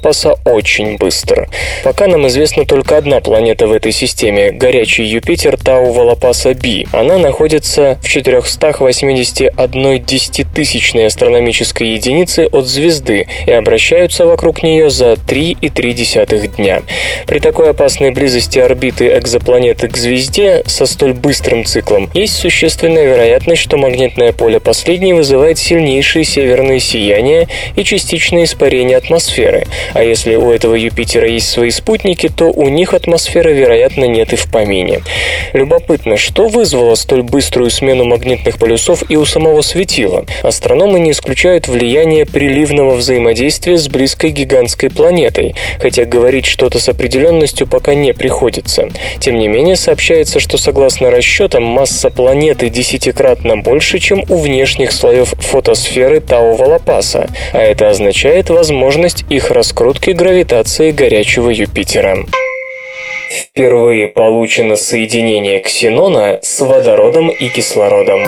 Волопаса очень быстр. Пока нам известна только одна планета в этой системе – горячий Юпитер Тау-Волопаса-Б. Она находится в четыреста восемьдесят одна десятитысячной астрономической единицы от звезды и обращаются вокруг нее за три и три десятых дня. При такой опасной близости орбиты экзопланеты к звезде со столь быстрым циклом есть существенная вероятность, что магнитное поле последней вызывает сильнейшие северные сияния и частичное испарение атмосферы. А если у этого Юпитера есть свои спутники, то у них атмосферы, вероятно, нет и в помине. Любопытно, что вызвало столь быструю смену магнитных полюсов и у самого светила? Астрономы не исключают влияние приливного взаимодействия с близкой гигантской планетой, хотя говорить что-то с определенностью пока не приходится. Тем не менее, сообщается, что согласно расчетам, масса планеты десятикратно больше, чем у внешних слоев фотосферы Тау-Волопаса, а это означает возможность их раскрутки гравитации горячего Юпитера. Впервые получено соединение ксенона с водородом и кислородом.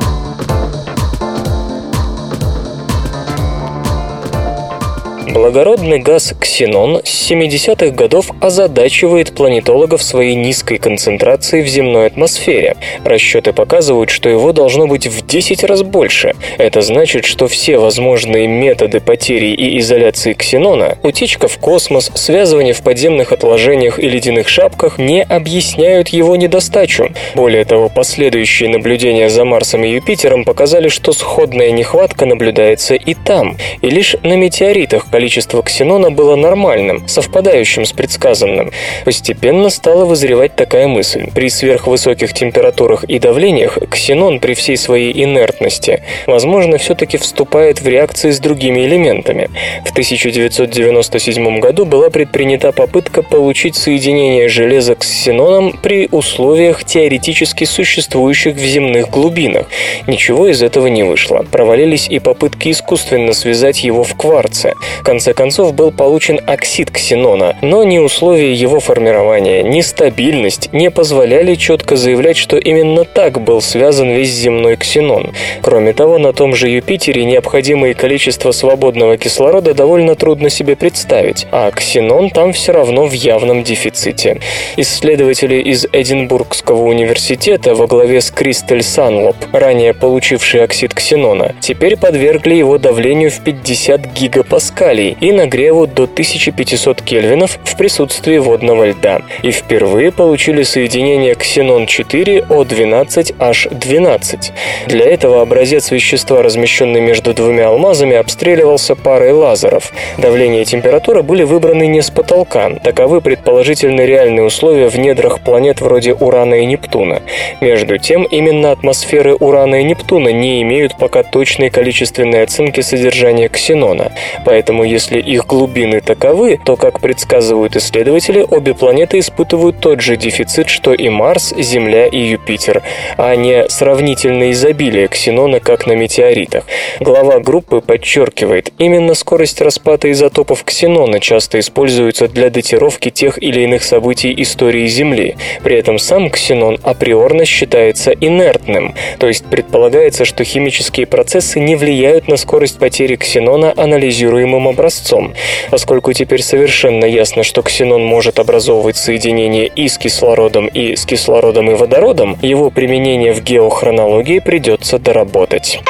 Благородный газ ксенон с семидесятых годов озадачивает планетологов своей низкой концентрацией в земной атмосфере. Расчеты показывают, что его должно быть в десять раз больше. Это значит, что все возможные методы потери и изоляции ксенона, утечка в космос, связывание в подземных отложениях и ледяных шапках не объясняют его недостачу. Более того, последующие наблюдения за Марсом и Юпитером показали, что сходная нехватка наблюдается и там, и лишь на метеоритах количество ксенона было нормальным, совпадающим с предсказанным. Постепенно стала вызревать такая мысль. При сверхвысоких температурах и давлениях ксенон при всей своей инертности, возможно, все-таки вступает в реакции с другими элементами. В тысяча девятьсот девяносто седьмом году была предпринята попытка получить соединение железа с ксеноном при условиях, теоретически существующих в земных глубинах. Ничего из этого не вышло. Провалились и попытки искусственно связать его в кварце. В конце концов был получен оксид ксенона, но ни условия его формирования, ни стабильность не позволяли четко заявлять, что именно так был связан весь земной ксенон. Кроме того, на том же Юпитере необходимое количество свободного кислорода довольно трудно себе представить, а ксенон там все равно в явном дефиците. Исследователи из Эдинбургского университета во главе с Кристель Санлоп, ранее получившие оксид ксенона, теперь подвергли его давлению в пятьдесят гигапаскалей и нагреву до тысяча пятьсот кельвинов в присутствии водного льда. И впервые получили соединение ксенон четыре О двенадцать H двенадцать. Для этого образец вещества, размещенный между двумя алмазами, обстреливался парой лазеров. Давление и температура были выбраны не с потолка. Таковы предположительно реальные условия в недрах планет вроде Урана и Нептуна. Между тем, именно атмосферы Урана и Нептуна не имеют пока точной количественной оценки содержания ксенона. Поэтому, если их глубины таковы, то, как предсказывают исследователи, обе планеты испытывают тот же дефицит, что и Марс, Земля и Юпитер, а не сравнительное изобилие ксенона, как на метеоритах. Глава группы подчеркивает, именно скорость распада изотопов ксенона часто используется для датировки тех или иных событий истории Земли. При этом сам ксенон априорно считается инертным, то есть предполагается, что химические процессы не влияют на скорость потери ксенона анализируемым образцом. Поскольку теперь совершенно ясно, что ксенон может образовывать соединение и с кислородом, и с кислородом и водородом, его применение в геохронологии придется доработать.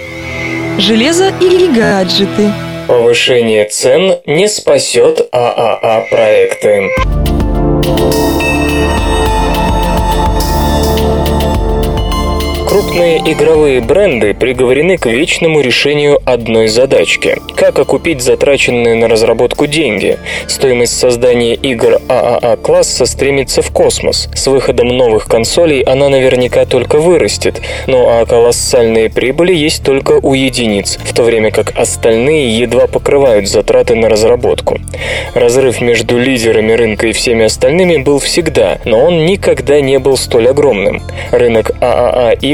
Железо и гаджеты. Повышение цен не спасет ААА-проекты. Крупные игровые бренды приговорены к вечному решению одной задачки – как окупить затраченные на разработку деньги. Стоимость создания игр ААА-класса стремится в космос. С выходом новых консолей она наверняка только вырастет, ну а колоссальные прибыли есть только у единиц, в то время как остальные едва покрывают затраты на разработку. Разрыв между лидерами рынка и всеми остальными был всегда, но он никогда не был столь огромным. Рынок ААА-игр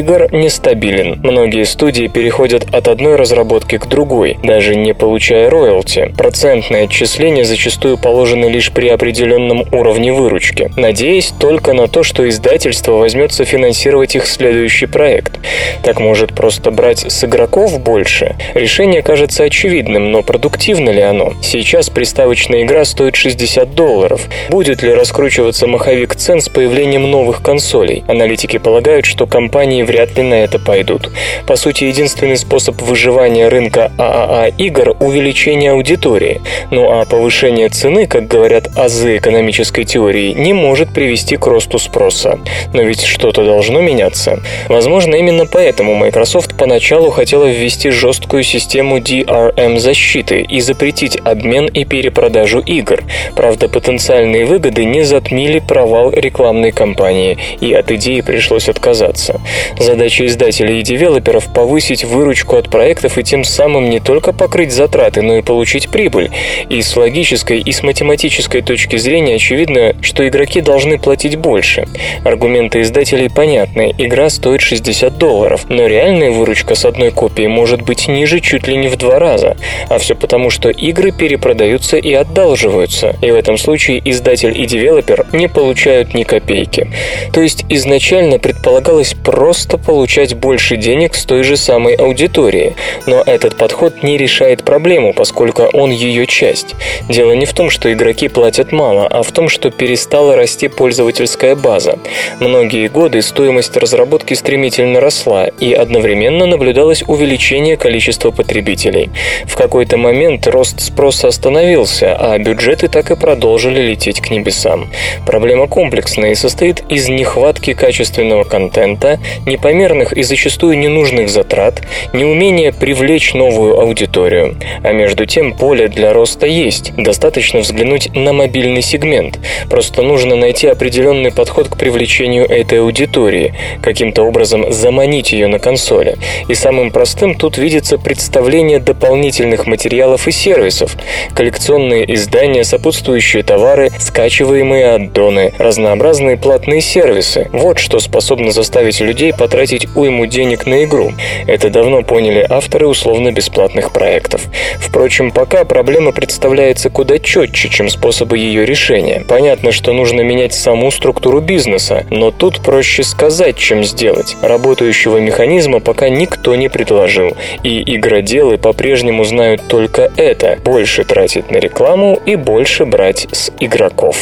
игр нестабилен. Многие студии переходят от одной разработки к другой, даже не получая роялти. Процентные отчисления зачастую положены лишь при определенном уровне выручки, надеясь только на то, что издательство возьмется финансировать их следующий проект. Так может просто брать с игроков больше? Решение кажется очевидным, но продуктивно ли оно? Сейчас приставочная игра стоит шестьдесят долларов. Будет ли раскручиваться маховик цен с появлением новых консолей? Аналитики полагают, что компании вряд ли на это пойдут. По сути, единственный способ выживания рынка ААА-игр – увеличение аудитории. Ну а повышение цены, как говорят азы экономической теории, не может привести к росту спроса. Но ведь что-то должно меняться. Возможно, именно поэтому Microsoft поначалу хотела ввести жесткую систему ди ар эм-защиты и запретить обмен и перепродажу игр. Правда, потенциальные выгоды не затмили провал рекламной кампании, и от идеи пришлось отказаться. Задача издателей и девелоперов – повысить выручку от проектов и тем самым не только покрыть затраты, но и получить прибыль. И с логической, и с математической точки зрения очевидно, что игроки должны платить больше. Аргументы издателей понятны. Игра стоит шестьдесят долларов, но реальная выручка с одной копии может быть ниже чуть ли не в два раза. А все потому, что игры перепродаются и одалживаются. И в этом случае издатель и девелопер не получают ни копейки. То есть изначально предполагалось просто получать больше денег с той же самой аудитории. Но этот подход не решает проблему, поскольку он ее часть. Дело не в том, что игроки платят мало, а в том, что перестала расти пользовательская база. Многие годы стоимость разработки стремительно росла, и одновременно наблюдалось увеличение количества потребителей. В какой-то момент рост спроса остановился, а бюджеты так и продолжили лететь к небесам. Проблема комплексная и состоит из нехватки качественного контента, непомерных и зачастую ненужных затрат, неумения привлечь новую аудиторию. А между тем поле для роста есть. Достаточно взглянуть на мобильный сегмент. Просто нужно найти определенный подход к привлечению этой аудитории, каким-то образом заманить ее на консоли. И самым простым тут видится представление дополнительных материалов и сервисов, коллекционные издания, сопутствующие товары, скачиваемые аддоны, разнообразные платные сервисы. Вот что способно заставить людей потратить уйму денег на игру. Это давно поняли авторы условно-бесплатных проектов. Впрочем, пока проблема представляется куда четче, чем способы ее решения. Понятно, что нужно менять саму структуру бизнеса, но тут проще сказать, чем сделать. Работающего механизма пока никто не предложил, и игроделы по-прежнему знают только это – больше тратить на рекламу и больше брать с игроков.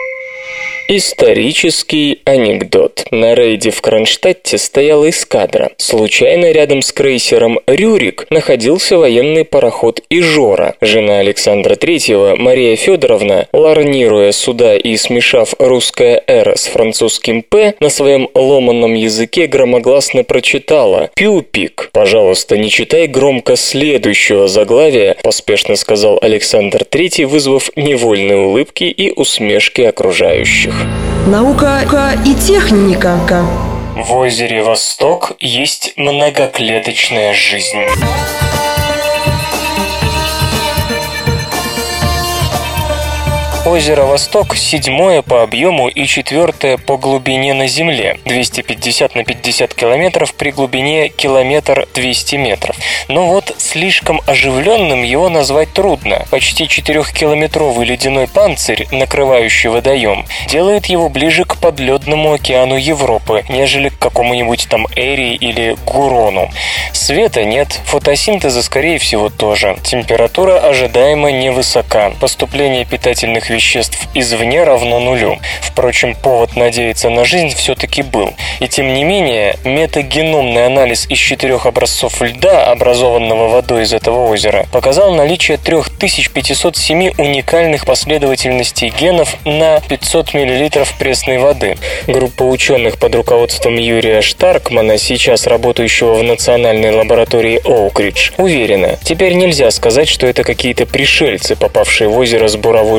Исторический анекдот. На рейде в Кронштадте стояла эскадра. Случайно рядом с крейсером «Рюрик» находился военный пароход «Ижора». Жена Александра Третьего, Мария Федоровна, ларнируя суда и смешав русское «Р» с французским «П», на своем ломаном языке громогласно прочитала «Пюпик». «Пожалуйста, не читай громко следующего заглавия», поспешно сказал Александр Третий, вызвав невольные улыбки и усмешки окружающих. Наука и техника. В озере Восток есть многоклеточная жизнь. Озеро Восток седьмое по объему и четвертое по глубине на Земле. двести пятьдесят на пятьдесят километров при глубине километр двести метров. Но вот слишком оживленным его назвать трудно. Почти четырехкилометровый ледяной панцирь, накрывающий водоем, делает его ближе к подледному океану Европы, нежели к какому-нибудь там Эри или Гурону. Света нет, фотосинтеза скорее всего тоже. Температура ожидаемо невысока. Поступление питательных веществ веществ извне равно нулю. Впрочем, повод надеяться на жизнь все-таки был. И тем не менее, метагеномный анализ из четырех образцов льда, образованного водой из этого озера, показал наличие три тысячи пятьсот семь уникальных последовательностей генов на пятьсот миллилитров пресной воды. Группа ученых под руководством Юрия Штаркмана, сейчас работающего в национальной лаборатории Оукридж, уверена, теперь нельзя сказать, что это какие-то пришельцы, попавшие в озеро с буровой жидкостью.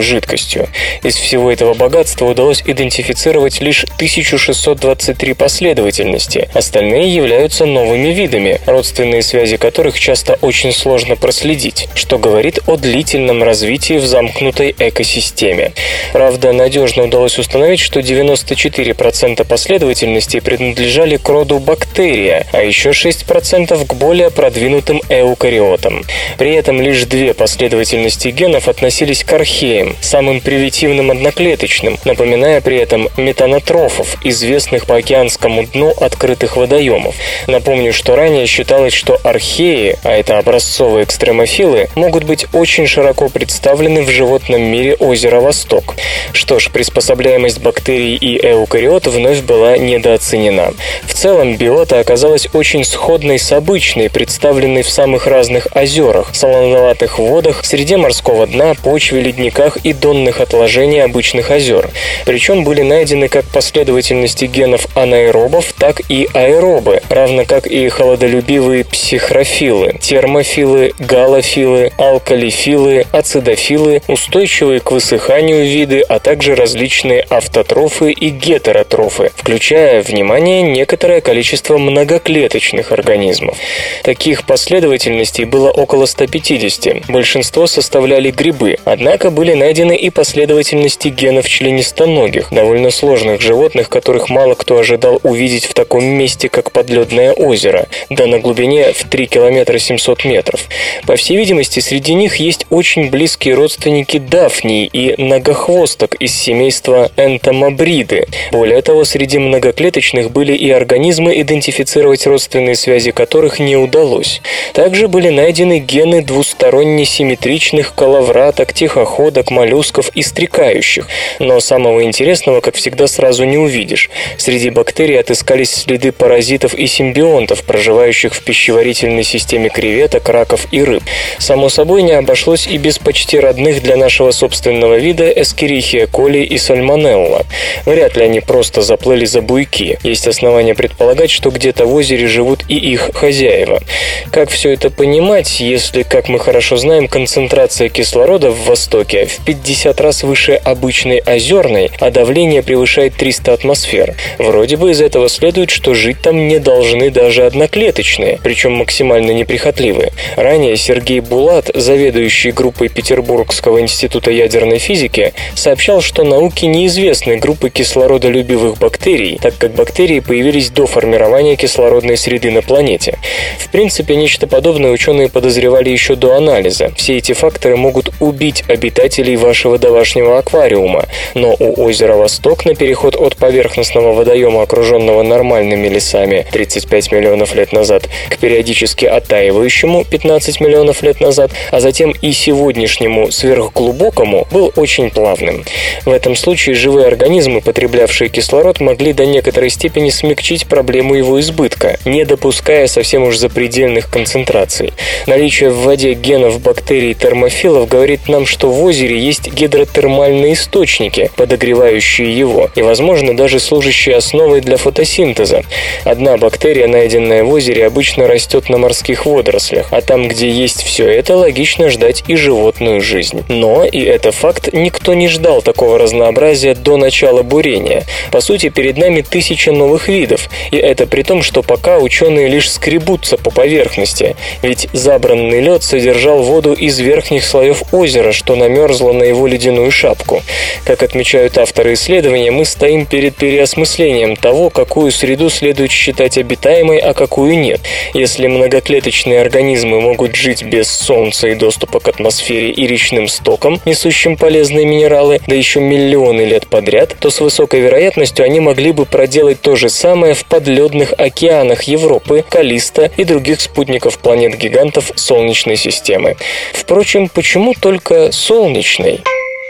полностью. Из всего этого богатства удалось идентифицировать лишь тысяча шестьсот двадцать три последовательности. Остальные являются новыми видами, родственные связи которых часто очень сложно проследить, что говорит о длительном развитии в замкнутой экосистеме. Правда, надежно удалось установить, что девяносто четыре процента последовательностей принадлежали к роду бактерия, а еще шесть процентов к более продвинутым эукариотам. При этом лишь две последовательности генов относились к археям, самым примитивным одноклеточным, напоминая при этом метанотрофов, известных по океанскому дну открытых водоемов. Напомню, что ранее считалось, что археи, а это образцовые экстремофилы, могут быть очень широко представлены в животном мире озера Восток. Что ж, приспособляемость бактерий и эукариот вновь была недооценена. В целом, биота оказалась очень сходной с обычной, представленной в самых разных озерах, солоноватых водах, среде морского дна, почве, ледниках и донных отложений обычных озер. Причем были найдены как последовательности генов анаэробов, так и аэробы, равно как и холодолюбивые психрофилы, термофилы, галофилы, алкалифилы, ацидофилы, устойчивые к высыханию виды, а также различные автотрофы и гетеротрофы, включая, внимание, некоторое количество многоклеточных организмов. Таких последовательностей было около ста пятидесяти. Большинство составляли грибы, однако были найдены и последовательности генов членистоногих, довольно сложных животных, которых мало кто ожидал увидеть в таком месте, как подледное озеро, да на глубине в три километра семьсот метров. По всей видимости, среди них есть очень близкие родственники дафний и многохвосток из семейства энтомобриды. Более того, среди многоклеточных были и организмы, идентифицировать родственные связи которых не удалось. Также были найдены гены двусторонне симметричных коловраток, тихоходок, моллюсков и стрекающих. Но самого интересного, как всегда, сразу не увидишь. Среди бактерий отыскались следы паразитов и симбионтов, проживающих в пищеварительной системе креветок, раков и рыб. Само собой, не обошлось и без почти родных для нашего собственного вида Эскерихия коли и сальмонелла. Вряд ли они просто заплыли за буйки. Есть основания предполагать, что где-то в озере живут и их хозяева. Как все это понимать, если, как мы хорошо знаем, концентрация кислорода в Востоке в пятьдесят раз выше обычной озерной, а давление превышает триста атмосфер? Вроде бы из этого следует, что жить там не должны даже одноклеточные, причем максимально неприхотливые. Ранее Сергей Булат, заведующий группой Петербургского института ядерной физики, сообщал, что науке неизвестны группы кислородолюбивых бактерий, так как бактерии появились до формирования кислородной среды на планете. В принципе, нечто подобное ученые подозревали еще до анализа. Все эти факторы могут убить обитателей вашего домашнего аквариума, но у озера Восток на переход от поверхностного водоема, окруженного нормальными лесами тридцать пять миллионов лет назад, к периодически оттаивающему пятнадцать миллионов лет назад, а затем и сегодняшнему сверхглубокому, был очень плавным. В этом случае живые организмы, потреблявшие кислород, могли до некоторой степени смягчить проблему его избытка, не допуская совсем уж запредельных концентраций. Наличие в воде генов бактерий термофилов говорит нам, что в озере есть гидротермальные источники, подогревающие его, и, возможно, даже служащие основой для фотосинтеза. Одна бактерия, найденная в озере, обычно растет на морских водорослях, а там, где есть все это, логично ждать и животную жизнь. Но, и это факт, никто не ждал такого разнообразия до начала бурения. По сути, перед нами тысяча новых видов, и это при том, что пока ученые лишь скребутся по поверхности, ведь забранный лед содержал воду из верхних слоев озера, что намерзло на его ледяную шапку. Как отмечают авторы исследования, мы стоим перед переосмыслением того, какую среду следует считать обитаемой, а какую нет. Если многоклеточные организмы могут жить без солнца и доступа к атмосфере и речным стокам, несущим полезные минералы, да еще миллионы лет подряд, то с высокой вероятностью они могли бы проделать то же самое в подледных океанах Европы, Каллиста и других спутников планет-гигантов Солнечной системы. Впрочем, почему только солнечной?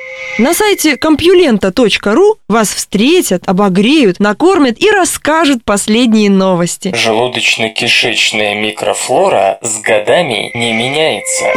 На сайте компьюлента точка ру вас встретят, обогреют, накормят и расскажут последние новости. Желудочно-кишечная микрофлора с годами не меняется.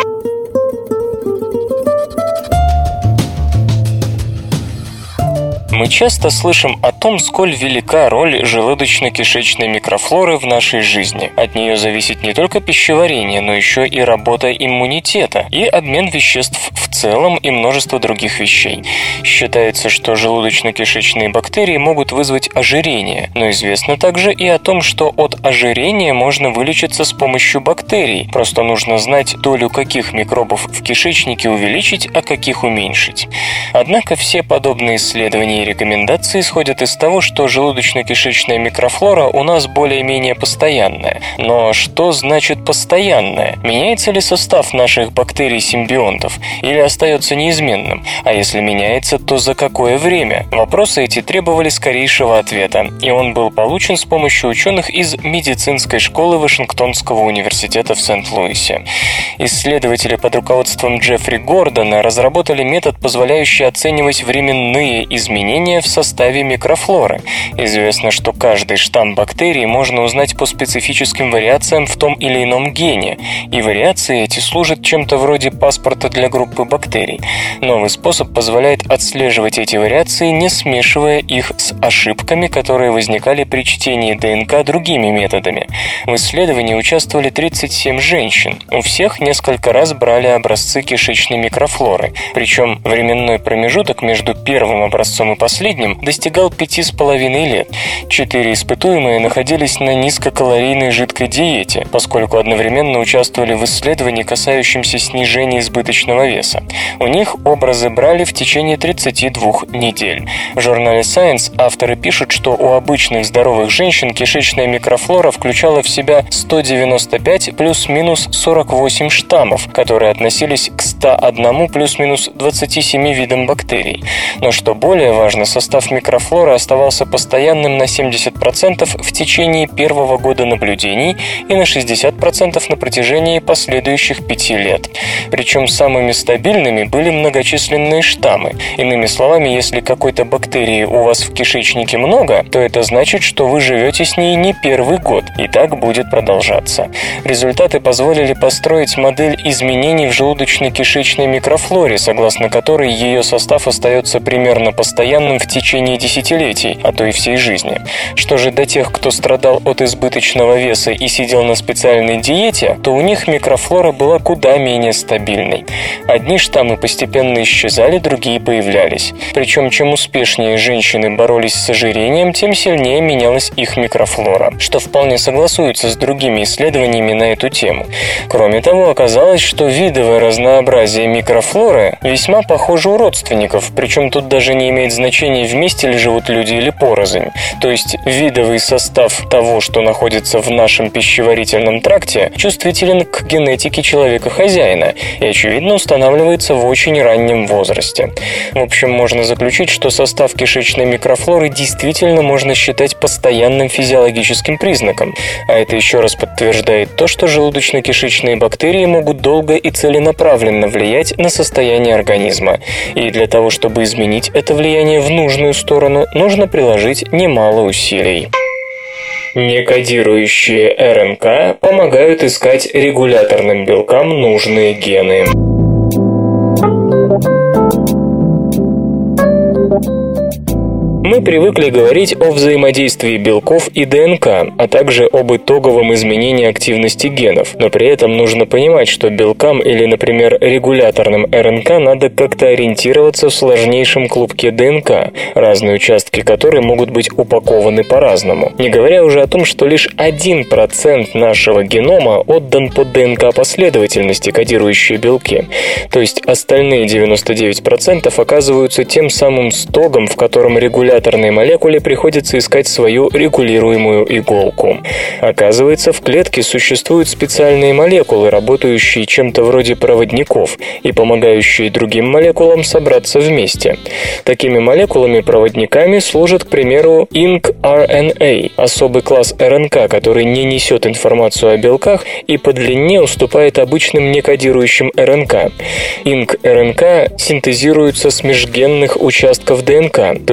Мы часто слышим о том, сколь велика роль желудочно-кишечной микрофлоры в нашей жизни. От нее зависит не только пищеварение, но еще и работа иммунитета, и обмен веществ в целом, и множество других вещей. Считается, что желудочно-кишечные бактерии могут вызвать ожирение, но известно также и о том, что от ожирения можно вылечиться с помощью бактерий. Просто нужно знать, долю каких микробов в кишечнике увеличить, а каких уменьшить. Однако все подобные исследования и рекомендации исходят из того, что желудочно-кишечная микрофлора у нас более-менее постоянная. Но что значит постоянная? Меняется ли состав наших бактерий-симбионтов или остается неизменным? А если меняется, то за какое время? Вопросы эти требовали скорейшего ответа, и он был получен с помощью ученых из медицинской школы Вашингтонского университета в Сент-Луисе. Исследователи под руководством Джеффри Гордона разработали метод, позволяющий оценивать временные изменения в составе микрофлоры. Известно, что каждый штамм бактерий можно узнать по специфическим вариациям в том или ином гене, и вариации эти служат чем-то вроде паспорта для группы бактерий. Новый способ позволяет отслеживать эти вариации, не смешивая их с ошибками, которые возникали при чтении ДНК другими методами. В исследовании участвовали тридцать семь женщин. У всех несколько раз брали образцы кишечной микрофлоры, причем временной промежуток между первым образцом и последним достигал пяти с половиной лет. Четыре испытуемые находились на низкокалорийной жидкой диете, поскольку одновременно участвовали в исследовании, касающемся снижения избыточного веса. У них образы брали в течение тридцати двух недель. В журнале Science авторы пишут, что у обычных здоровых женщин кишечная микрофлора включала в себя сто девяносто пять плюс-минус сорок восемь штаммов, которые относились к ста одному плюс-минус двадцати семи видам бактерий. Но что более важно, состав микрофлоры оставался постоянным на семьдесят процентов в течение первого года наблюдений и на шестьдесят процентов на протяжении последующих пяти лет. Причем самыми стабильными были многочисленные штаммы. Иными словами, если какой-то бактерии у вас в кишечнике много, то это значит, что вы живете с ней не первый год, и так будет продолжаться. Результаты позволили построить модель изменений в желудочно-кишечной микрофлоре, согласно которой ее состав остается примерно постоянным в течение десятилетий, а то и всей жизни. Что же до тех, кто страдал от избыточного веса и сидел на специальной диете, то у них микрофлора была куда менее стабильной. Одни штаммы постепенно исчезали, другие появлялись. Причем, чем успешнее женщины боролись с ожирением, тем сильнее менялась их микрофлора, что вполне согласуется с другими исследованиями на эту тему. Кроме того, оказалось, что видовое разнообразие микрофлоры весьма похоже у родственников, причем тут даже не имеет значения, вместе ли живут люди или порознь. То есть видовый состав того, что находится в нашем пищеварительном тракте, чувствителен к генетике человека-хозяина и, очевидно, устанавливается в очень раннем возрасте. В общем, можно заключить, что состав кишечной микрофлоры действительно можно считать постоянным физиологическим признаком, а это еще раз подтверждает то, что желудочно-кишечные бактерии могут долго и целенаправленно влиять на состояние организма. И для того, чтобы изменить это влияние в нужную сторону, нужно приложить немало усилий. Некодирующие РНК помогают искать регуляторным белкам нужные гены. Мы привыкли говорить о взаимодействии белков и ДНК, а также об итоговом изменении активности генов. Но при этом нужно понимать, что белкам или, например, регуляторным РНК надо как-то ориентироваться в сложнейшем клубке ДНК, разные участки которой могут быть упакованы по-разному. Не говоря уже о том, что лишь один процент нашего генома отдан под ДНК-последовательности, кодирующие белки. То есть остальные девяносто девять процентов оказываются тем самым стогом, в котором регуляторные молекуле приходится искать свою регулируемую иголку. Оказывается, в клетке существуют специальные молекулы, работающие чем-то вроде проводников и помогающие другим молекулам собраться вместе. Такими молекулами-проводниками служат, к примеру, инк-ар эн эй, особый класс РНК, который не несет информацию о белках и по длине уступает обычным некодирующим РНК. инк-РНК синтезируются с межгенных участков ДНК, то есть тех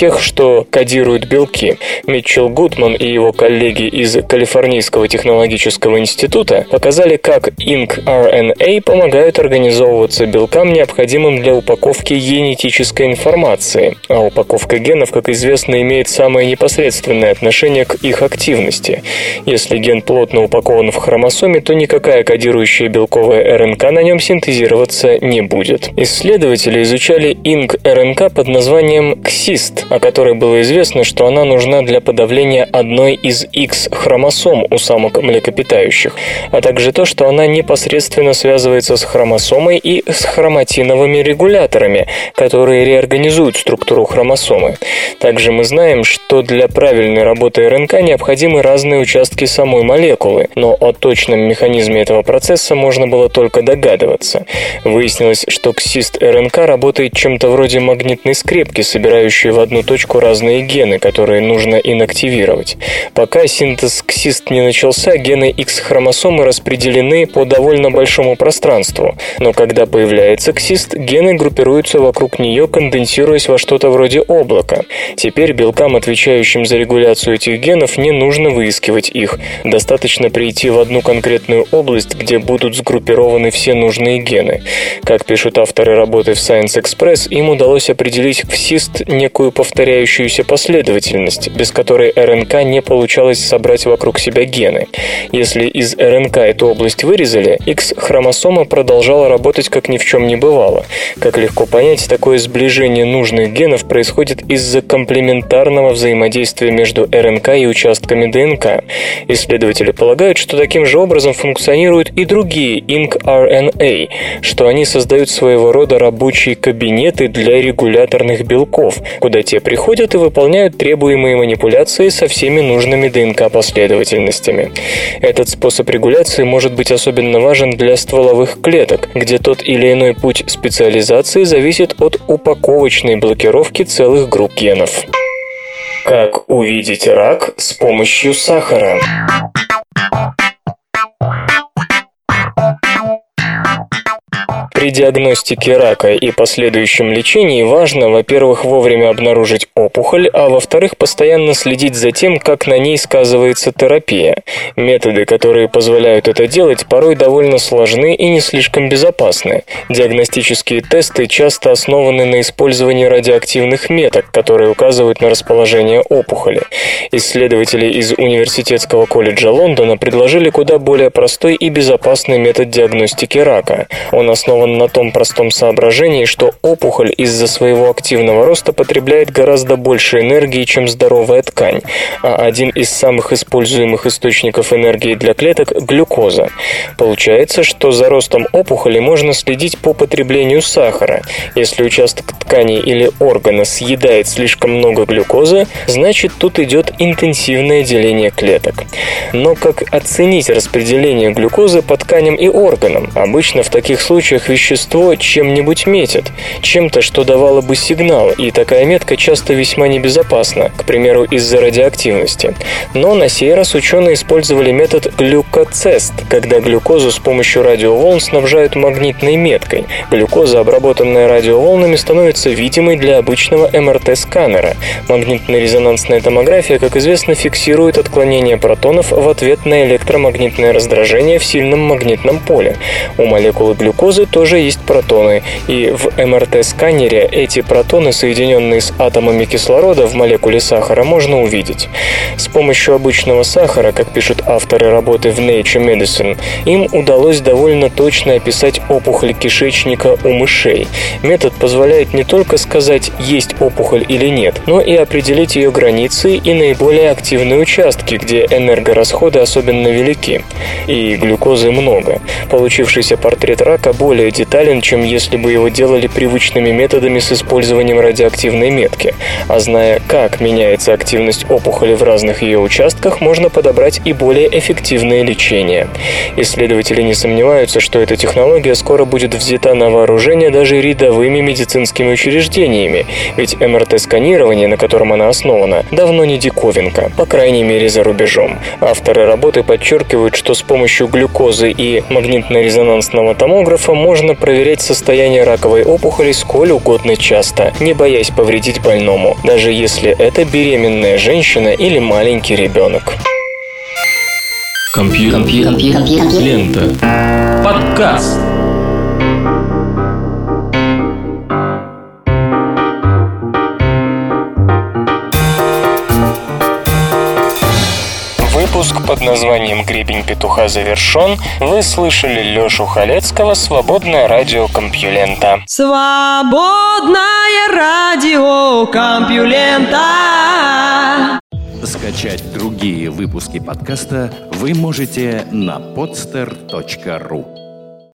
тех, что кодируют белки. Митчелл Гудман и его коллеги из Калифорнийского технологического института показали, как инк-ар-эн-эй помогают организовываться белкам, необходимым для упаковки генетической информации. А упаковка генов, как известно, имеет самое непосредственное отношение к их активности. Если ген плотно упакован в хромосоме, то никакая кодирующая белковая РНК на нем синтезироваться не будет. Исследователи изучали инк-РНК под названием ксист, о которой было известно, что она нужна для подавления одной из X-хромосом у самок млекопитающих, а также то, что она непосредственно связывается с хромосомой и с хроматиновыми регуляторами, которые реорганизуют структуру хромосомы. Также мы знаем, что для правильной работы РНК необходимы разные участки самой молекулы, но о точном механизме этого процесса можно было только догадываться. Выяснилось, что ксист-РНК работает чем-то вроде магнитной скрепки, собирающей в одну точку разные гены, которые нужно инактивировать. Пока синтез ксист не начался, гены X-хромосомы распределены по довольно большому пространству, но когда появляется ксист, гены группируются вокруг нее, конденсируясь во что-то вроде облака. Теперь белкам, отвечающим за регуляцию этих генов, не нужно выискивать их. Достаточно прийти в одну конкретную область, где будут сгруппированы все нужные гены. Как пишут авторы работы в Science Express, им удалось определить в сист некую повторяющуюся последовательность, без которой РНК не получалось собрать вокруг себя гены. Если из РНК эту область вырезали, X-хромосома продолжала работать как ни в чем не бывало. Как легко понять, такое сближение нужных генов происходит из-за комплементарного взаимодействия между РНК и участками ДНК. Исследователи полагают, что таким же образом функционируют и другие инк-ар-эн-эй, что они создают своего рода рабочие кабинеты для регуляторных белков, куда те приходят и выполняют требуемые манипуляции со всеми нужными ДНК-последовательностями. Этот способ регуляции может быть особенно важен для стволовых клеток, где тот или иной путь специализации зависит от упаковочной блокировки целых групп генов. Как увидеть рак с помощью сахара? При диагностике рака и последующем лечении важно, во-первых, вовремя обнаружить опухоль, а во-вторых, постоянно следить за тем, как на ней сказывается терапия. Методы, которые позволяют это делать, порой довольно сложны и не слишком безопасны. Диагностические тесты часто основаны на использовании радиоактивных меток, которые указывают на расположение опухоли. Исследователи из Университетского колледжа Лондона предложили куда более простой и безопасный метод диагностики рака. Он основан на том простом соображении, что опухоль из-за своего активного роста потребляет гораздо больше энергии, чем здоровая ткань, а один из самых используемых источников энергии для клеток – глюкоза. Получается, что за ростом опухоли можно следить по потреблению сахара. Если участок ткани или органа съедает слишком много глюкозы, значит тут идет интенсивное деление клеток. Но как оценить распределение глюкозы по тканям и органам? Обычно в таких случаях вещество чем-нибудь метит, чем-то, что давало бы сигнал, и такая метка часто весьма небезопасна, к примеру, из-за радиоактивности. Но на сей раз ученые использовали метод глюкоцест, когда глюкозу с помощью радиоволн снабжают магнитной меткой. Глюкоза, обработанная радиоволнами, становится видимой для обычного эм эр тэ-сканера. Магнитно-резонансная томография, как известно, фиксирует отклонение протонов в ответ на электромагнитное раздражение в сильном магнитном поле. У молекулы глюкозы тоже есть протоны, и в эм эр тэ-сканере эти протоны, соединенные с атомами кислорода в молекуле сахара, можно увидеть. С помощью обычного сахара, как пишут авторы работы в Nature Medicine, им удалось довольно точно описать опухоль кишечника у мышей. Метод позволяет не только сказать, есть опухоль или нет, но и определить ее границы и наиболее активные участки, где энергорасходы особенно велики. И глюкозы много. Получившийся портрет рака более детален, чем если бы его делали привычными методами с использованием радиоактивной метки. А зная, как меняется активность опухоли в разных ее участках, можно подобрать и более эффективное лечение. Исследователи не сомневаются, что эта технология скоро будет взята на вооружение даже рядовыми медицинскими учреждениями, ведь эм эр тэ-сканирование, на котором она основана, давно не диковинка, по крайней мере за рубежом. Авторы работы подчеркивают, что с помощью глюкозы и магнитно-резонансного томографа можно можно проверять состояние раковой опухоли сколь угодно часто, не боясь повредить больному, даже если это беременная женщина или маленький ребенок. Компьютер. Лента. Подкаст. Выпуск под названием «Гребень петуха» завершен. Вы слышали Лёшу Халецкого, «Свободное радио Компьюлента». Свободное радио Компьюлента. Скачать другие выпуски подкаста вы можете на podster точка ру.